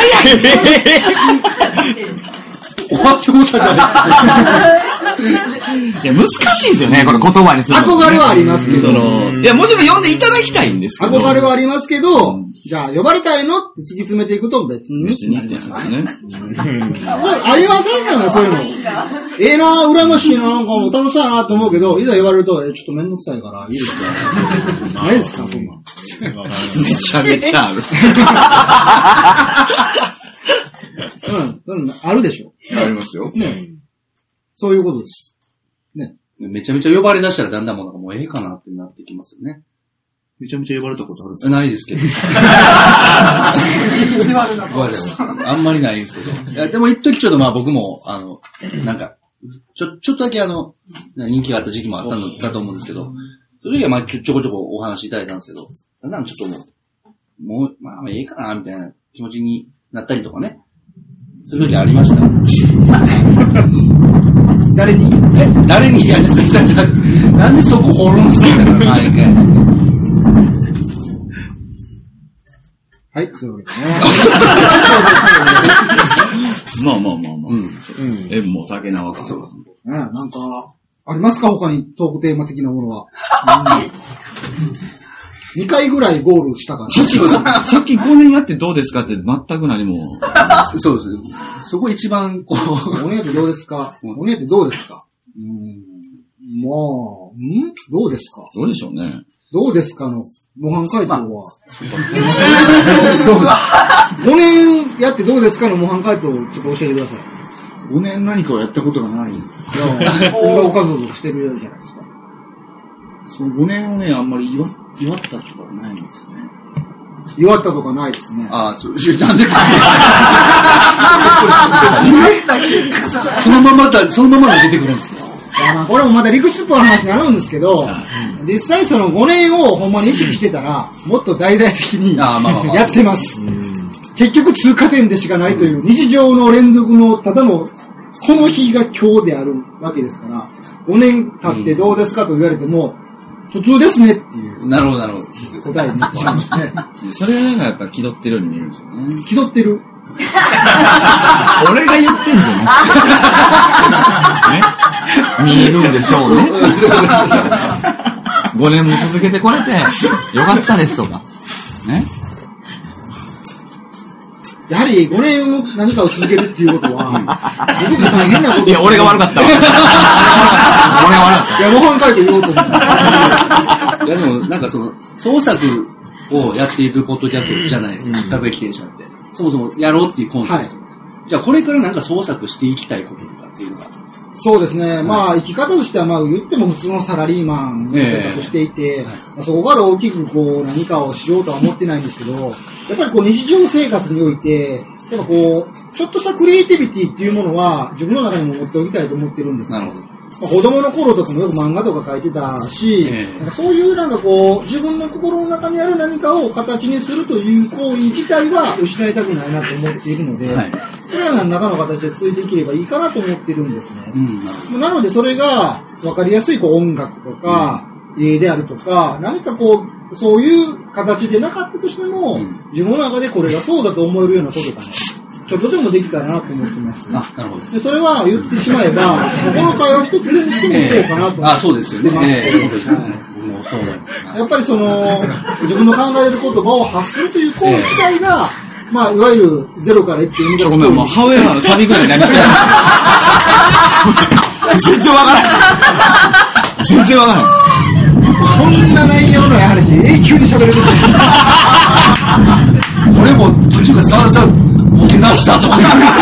終わってもたじゃないですか。
や、難しいですよね、これ言葉にするの、
憧れはありますけど。
いや、もちろん呼んでいただきたいんですけど。
憧れはありますけど、じゃあ呼ばれたいのって突き詰めていくと別にってなりますよね。ありませんからそういうの。羨ましいな、なんかもう楽しそうやなと思うけど、いざ呼ばれると、ちょっとめんどくさいから、いいですかないですか、そんな。
めちゃめちゃある。
あるでしょ。
ありますよ。
ね。そういうことです。ね。
めちゃめちゃ呼ばれ出したらだんだんもうええかなってなってきますよね。
めちゃめちゃ呼ばれたことあるんです
ないですけど。ごめんなさい。あんまりないですけど。いや、でも一時ちょっと僕も、なんか、ちょっとだけ人気があった時期もあったんだと思うんですけど、その時はちょこちょこお話いただいたんですけど、なんかちょっともう、ええかな、みたいな気持ちになったりとかね。そういう時ありました。
誰に
誰にやるんですか？なんでそこ放論するんだろう、毎回。
はい、そういうわけですね。
まあ。縁も竹縄か。そう
なんか、ありますか他にトークテーマ的なものは。2回ぐらいゴールしたから。
さっき5年やってどうですかって全く何も。
そうです。そこ一番
5年やってどうですか5年やってどうですかどうですか
どうでしょうね。
どうですかの模範解答は。5年やってどうですかの模範解答をちょっと教えてください。
5年何かをやったことがない。
音楽活動してるじゃないですか。
その5年をね、あんまり祝ったとかないんですね。
祝ったとかないですね。
なんでか。そのままで出てくるんですか？
これもまた理屈っぽい話になるんですけど、実際その5年をほんまに意識してたら、もっと大々的にやってます。結局通過点でしかないという日常の連続のただのこの日が今日であるわけですから、5年経ってどうですかと言われても、普通ですねっていう。
なるほど。
答えになってしまいますね。
それがやっぱ気取ってるように見えるんですよね。
気取ってる。
俺が言ってんじゃん。ね。見えるんでしょうね。5年も続けてこれて、よかったですとか。ね。
やはり5年何かを続けるっていうことは、すごく大変なこと。
いや、俺が悪かった。俺が悪かった。
いや、模範解答言おうと思った。
いや、でも、なんか創作をやっていくポッドキャストじゃないですか。各駅停車って。そもそもやろうっていうコンセプト。じゃあ、これからなんか創作していきたいこととかっていうのが。
そうですね。生き方としては言っても普通のサラリーマンの生活をしていて、そこから大きく何かをしようとは思ってないんですけど、やっぱり日常生活において、やっぱちょっとしたクリエイティビティっていうものは自分の中にも持っておきたいと思ってるんです。
なるほど。
子供の頃とかもよく漫画とか書いてたし、なんかそういう自分の心の中にある何かを形にするという行為自体は失いたくないなと思っているので、それは何らかの形で続いていければいいかなと思ってるんですね。なのでそれが分かりやすい音楽とか、絵であるとか、何かそういう形でなかったとしても、自分の中でこれがそうだと思えるようなことがね、ちょっとでもできたらなと思ってます。
なるほど。
で、それは言ってしまえば、この会話一つでにしてもそうかなと思って。
そうですよね。
やっぱり自分の考える言葉を発するという行為自体が、いわゆる0から1っていう意味で
ごめん、もうハウエバーのサビぐらい何言って全然わからない。全然わからない。
こんな内容の話、永久に喋れる。
俺も途中からさボケ出したとか。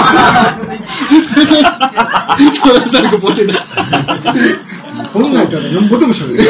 最後ボケ出した。
こんなんやったら何ぼでも喋れる。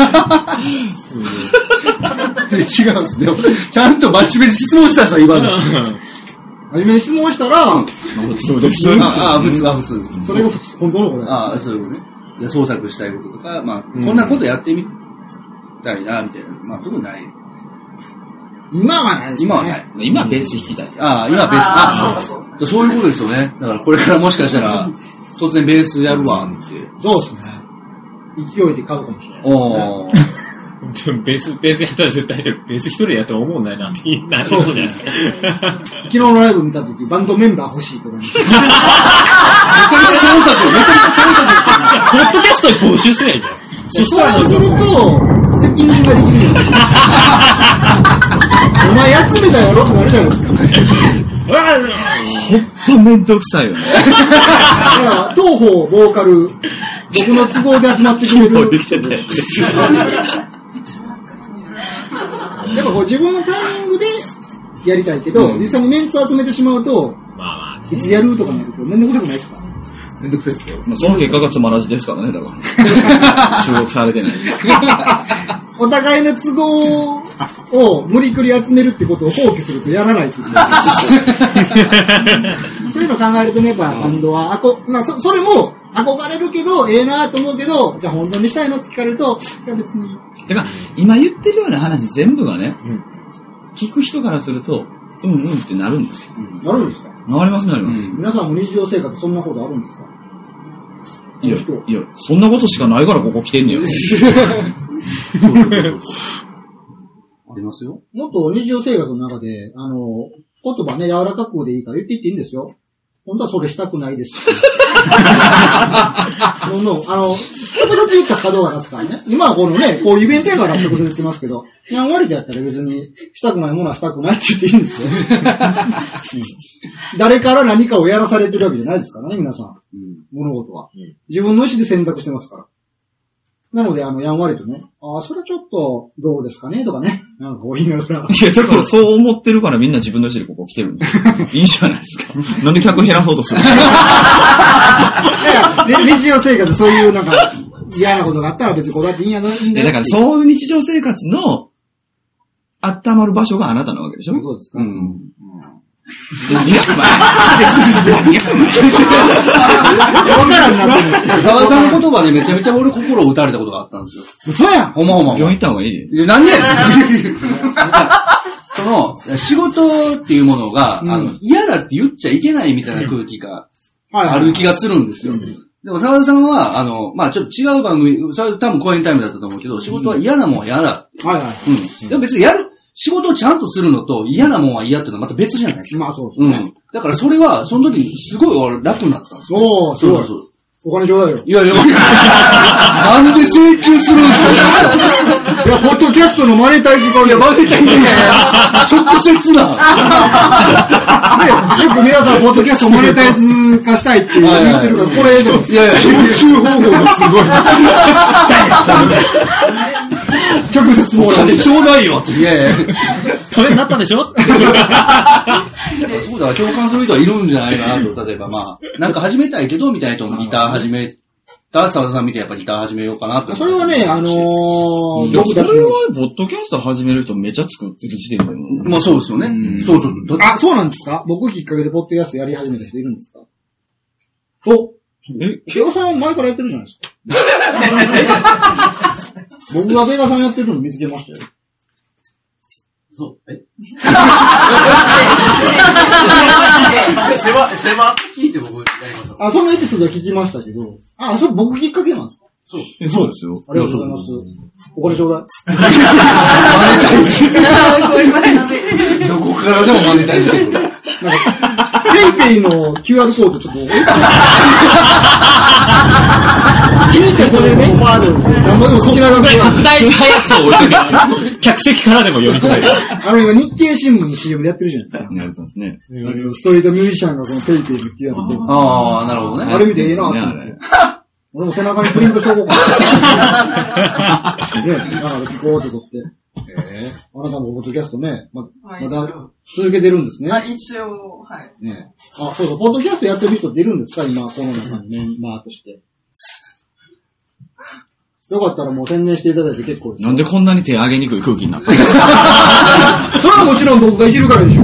違うんですね。ちゃんと真面目に質問したんですよ、今の。
真面目に質問したら、
普通です。
普通です。
それが本当のこと
だ。そういうことね。創作したいこととか、こんなことやってみたいな、みたいな。特にない。
今はないですね。
今はない。
今はベース弾きたい。
今はベース。そういうことですよね。だからこれからもしかしたら、突然ベースやるわ、って。
そうですね。勢いで買うかもしれないですね。
でもベースやったら絶対、ベース一人でやっても思うんないなってなるじゃないですか。
昨日のライブ見たとき、バンドメンバー欲しいとか、ね。
めちゃめちゃ損作ですよ。
ポッドキャストに募集すればいいじゃん。そしたら
そうすると、責任ができるよ。お前集めたやろってなるじゃないですか。
ほんとめんどくさいよね。
だから、東方、ボーカル、僕の都合で集まってくれる。やっぱこう自分のタイミングでやりたいけど、実際にメンツ集めてしまうと、いつやるとかなるとめんどくさくないですか？
めんどくさいですよ。
その結果がつまらじですからね、だから。注目されてない。
お互いの都合を無理くり集めるってことを放棄するとやらないっていう。そういうのを考えるとね、やっぱバンドは、それも憧れるけど、ええなと思うけど、じゃあ本当にしたいのって聞かれると、いや別に。
てか、今言ってるような話全部がね、聞く人からすると、うんうんってなるんですよ。
なるんですか？
なりますなります。
皆さんも日常生活そんなことあるんですか？
いや、そんなことしかないからここ来てんねよ。
ありますよ。
もっと日常生活の中で、言葉ね、柔らかくでいいから言っていっていいんですよ。本当はそれしたくないです。直接言ったら角が立つからね。今はこのね、こういうイベントやから直接言ってますけど、やんわりでやったら別にしたくないものはしたくないって言っていいんですよ。誰から何かをやらされてるわけじゃないですからね、皆さん。物事は。自分の意思で選択してますから。なので、やんわりとね、それちょっと、どうですかねとかね。なんかこう言いながら。
いや、だからそう思ってるからみんな自分の意思でここ来てるんですよ。いいじゃないですか。なんで客減らそうとするんですか。
いや、日常生活そういうなんか、嫌なことがあったら別にこうだっていいんだよ。
だからそういう日常生活の、温まる場所があなたなわけでしょ？
そうですか。
何が
わからんなって思って。
沢田さんの言葉でめちゃめちゃ俺心を打たれたことがあったんですよ。
嘘やん！
ほんま。
病院行った方がいいね。
なんでその、仕事っていうものが、嫌だって言っちゃいけないみたいな空気がある気がするんですよ。でも沢田さんは、ちょっと違う番組、それ多分公演タイムだったと思うけど、仕事は嫌なもんは嫌だ。でも別に仕事をちゃんとするのと嫌なもんは嫌っていうのはまた別じゃないですか。
まあそうですね。
だからそれは、その時にすごい俺楽になったんですよ。
そう。お金ちょうだいよ。
いや、なんで請求するんですか？
いや、ポッドキャストのマネタイズ化。
いや、マネタイズ直接だ。
よく皆さん、ポッドキャストマネタイズ化したいって言ってるから、これでも。
いや、収集方法がすごい。
直接もらう。
ちょうだいよって。いや。
それになったんでしょ？
そうだ、共感する人はいるんじゃないかなと。例えばなんか始めたいけど、みたいな人もギター始めた、沢田さん見てやっぱギター始めようかなって。
それはね、
僕たち。それは、ポッドキャスト始める人めっちゃ作ってる時点でも。
まあそうですよね。そう。
そうなんですか？僕きっかけでポッドキャストやり始めた人いるんですか？ベガさんは前からやってるじゃないですか。僕がベガさんやってるの見つけましたよ。
そう。聞いて僕やりました。
そのエピソードは聞きましたけど、それ僕きっかけなんですか？
そうですよ。
ありがとうございます。お金ちょうだい。
どこからでもマネタイズしてくる。
ペイペイの QR コードちょっと。気に入ったそれね。何ぼでも好きな額
拡大したやつを置いてる。客席からでも読み込める。
今、日経新聞の CM でやってるじゃないですか。
やってますね。
ストリートミュージシャンがこのペイペイの QR コード。
なるほどね。
あれ見ていいなって思って。俺も背中にプリントしとこうかな。ね、聞こうって撮って。あなたもポッドキャストね、まだ続けてるんですね。
一応、はい。
ね。そうそう、ポッドキャストやってる人っているんですか？今、この中にメンバーとして。よかったらもう宣伝していただいて結構です。
なんでこんなに手上げにくい空気になったんですか？
それはもちろん僕がいじるからでしょ。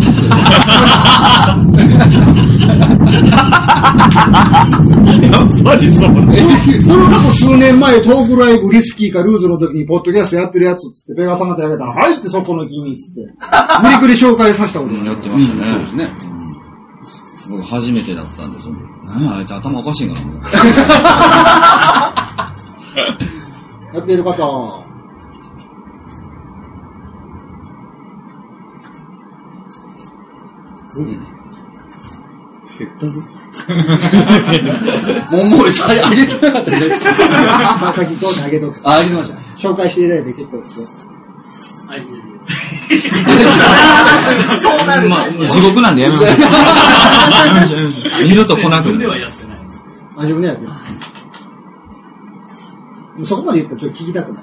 やっぱりそうね。
その過去数年前、トークライブリスキーかルーズの時にポッドキャストやってるやつつって、ペガさんが手挙げたら、はいってそこの君つって、無理くり紹介させたこと
やってましたね。
そうですね。
僕初めてだったんですよ。あいつ頭おかしいんかな。
やってる方、 減ったぞ。
もうあげてなかったね。
さっき当時あげとって。
あげてました。
紹介していただいて結構ですよ。
そうなる。
まあ、地獄なんでやめましょう。二度と来なくて。
自分ではやってる。そこまで言ったらちょっと聞きたくない。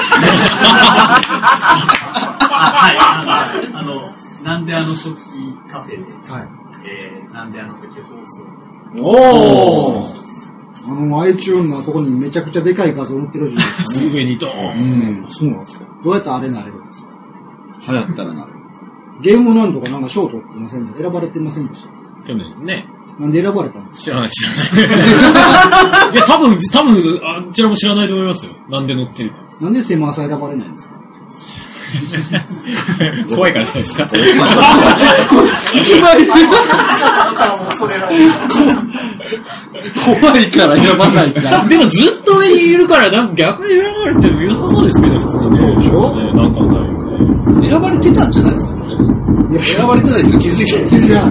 はい。なんで食器カフェで、
はい。
なんで時計放送。
おーiTunes のとこにめちゃくちゃでかい画像載ってるじゃないですかね。
上にドーン。
そうなんですか。どうやってあれなれるんですか。
流行ったらなる。
ゲームなんとかなんか賞取ってませんね。選ばれてませんでした。
去年ね。
なんで選ばれたんですか。
知らない。いや、多分、あちらも知らないと思いますよ。なんで乗ってるか。
なんでセマーサ選ばれないんですか。
怖いからじゃないですか。
一番怖いから選ばないから。
でもずっと上にいるから、逆に選ばれても良さそうですけど、普通にね。
そうでしょ、
なんかのタイミングで。
選ばれてたんじゃないですか、もしかして。いや、選ばれてないけど気づいてない。
なる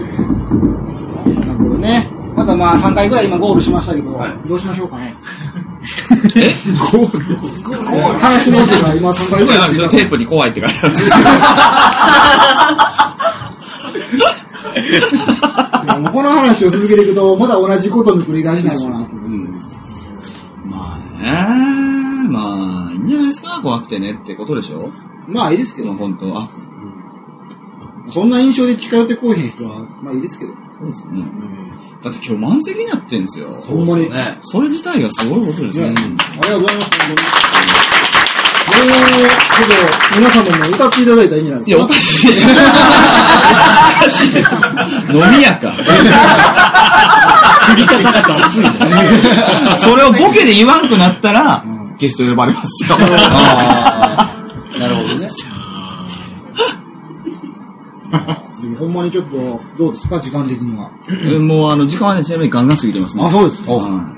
ほどね。またまあ3回ぐらい今ゴールしましたけど、どうしましょうかね。ゴール話の人が今3回ぐらい
テープに怖いって書いてあるんです
いやもうこの話を続けていくとまだ同じことに繰り返しないかなと、
まあね、まあいいんじゃないですか、怖くてねってことでしょ。
まあいいですけど、
本当は
そんな印象で近寄ってこうへん人はまあいいですけど。
そうですね、だって今日満席になってんですよ。
ほんまに。
それ自体がすごいことですよ。
ありがとうございます。これを、ちょっと、皆様も歌っていただいたらいいんじゃないですか。
いや、おかしいでしょ。おかしいでしょ。飲みやか。
振り方が雑い。
それをボケで言わんくなったら、ゲスト呼ばれますよ。
なるほどね。
でもほんまにちょっと、どうですか、時間的には。
もう時間はね、ちなみにガンガン過ぎてますね。
あ、そうですか。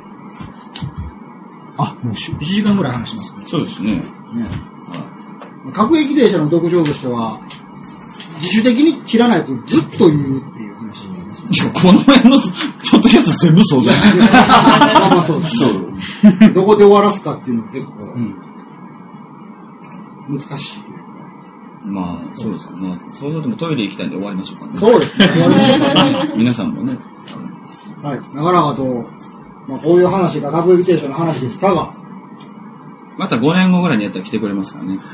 あ、
もう1時間ぐらい話しますね。
そうですね。
各駅停車の特徴としては、自主的に切らないとずっと言うっていう話になりますね。
この辺のポッドキャスト全部そうじゃないですか。
まあそうです。どこで終わらすかっていうのが結構、難しい。
まあ、そうですね。まあ、そうするともトイレ行きたいんで終わりましょうかね。
そうですね。終わりましょうかね。
皆さんもね。
はい。長々と、まあ、こういう話が各駅停車の話ですかが。
また5年後ぐらいにやったら来てくれますからね。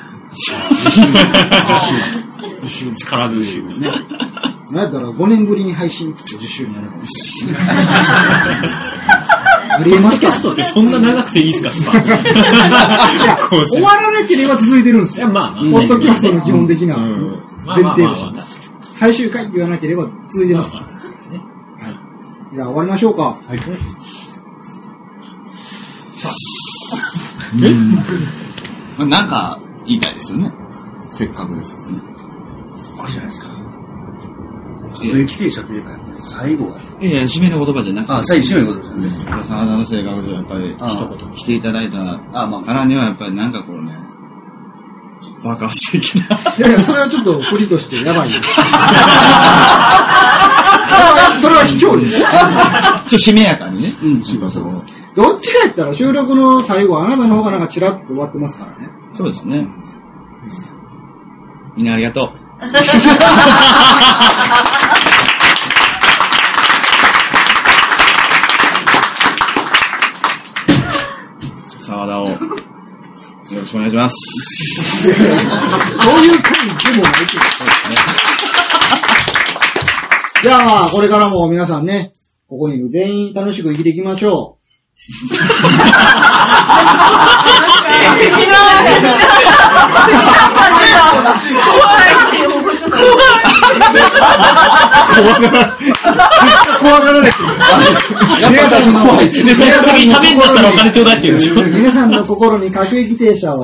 10周年。
力強いね。
なんやったら5年ぶりに配信っつって10周年やるかもしれない。ありえますか。
キャストってそんな長くていいですか、スパン。
いや、終わらなければ続いてるんですよ。
いや、まあ、
ポッドキャストの基本的な前提でしょ。
まあ
最終回って言わなければ続いてますから。はい。じゃあ終わりましょうか。はい。
なんか言いたいですよね。せっかくですからね。
あれじゃないですか。駅停車といえば最後は。
いや、締めの言葉じゃなくて。
あ、最後締めの言葉じゃなくて。
沢田の性格上やっぱり一言来ていただいたからにはやっぱりなんかこうね、爆発的な。
いやいや、それはちょっと振りとしてやばいです。それは卑怯です。
ちょっとしめやかにね。
どっちかやったら収録の最後、あなたの方がなんかチラッと終わってますからね。
そうですね。みんなありがとう。沢田をよろしくお願いします。
そういう回でもないけど。じゃあまあ、これからも皆さんね、ここにいる全員楽しく生きていきましょう。怖がられてる。皆さんの怖い。
で、最終的にためになったらお金ちょうだいって言うんでしょ。
皆さんの心に各駅停車を。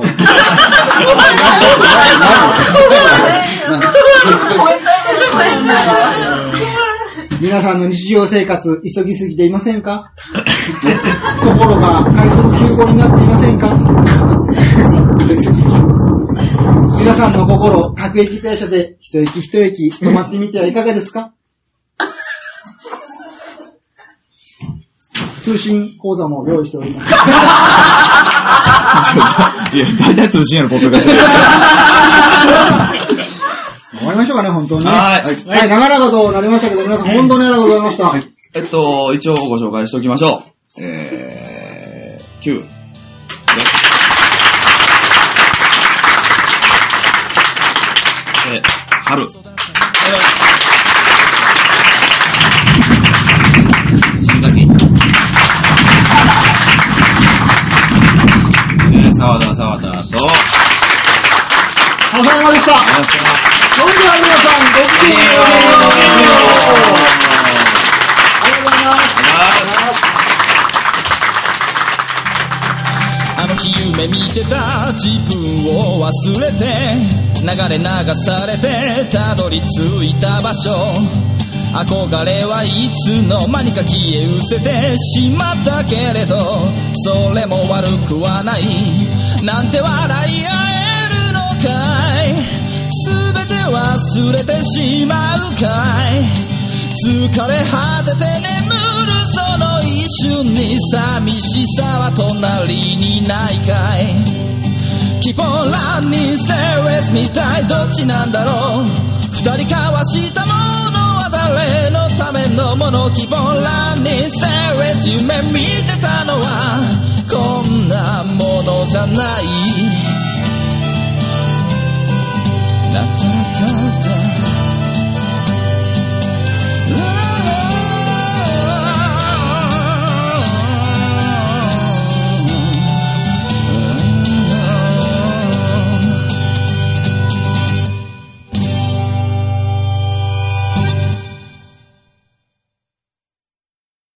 皆さんの日常生活、急ぎすぎていませんか？心が快速急行になっていませんか？ 皆さんの心、各駅停車で一駅一駅止まってみてはいかがですか？通信講座も用意しております。
いや、大体通信やろ、ポッドキャスト。
終わりましょうかね、本当にね。
はい。
はい、長々となりましたけど、皆さん本当にありがとうございました。はい、
一応ご紹介しておきましょう。9。春。新崎。沢田と。
浅山でした。それでは皆さん、ごきげんよう。ありがとうございます。
あの日夢見てた自分を忘れて流れ流されてたどり着いた場所、憧れはいつの間にか消え失せてしまったけれど、それも悪くはないなんて笑い合えるのかい、全て忘れてしまうかい、疲れ果てて眠るその一瞬に寂しさは隣にないかい、 Keep on running stay with me たいどっちなんだろう、二人交わしたものは誰のためのもの、 Keep on running stay with you 夢見てたのはこんなものじゃない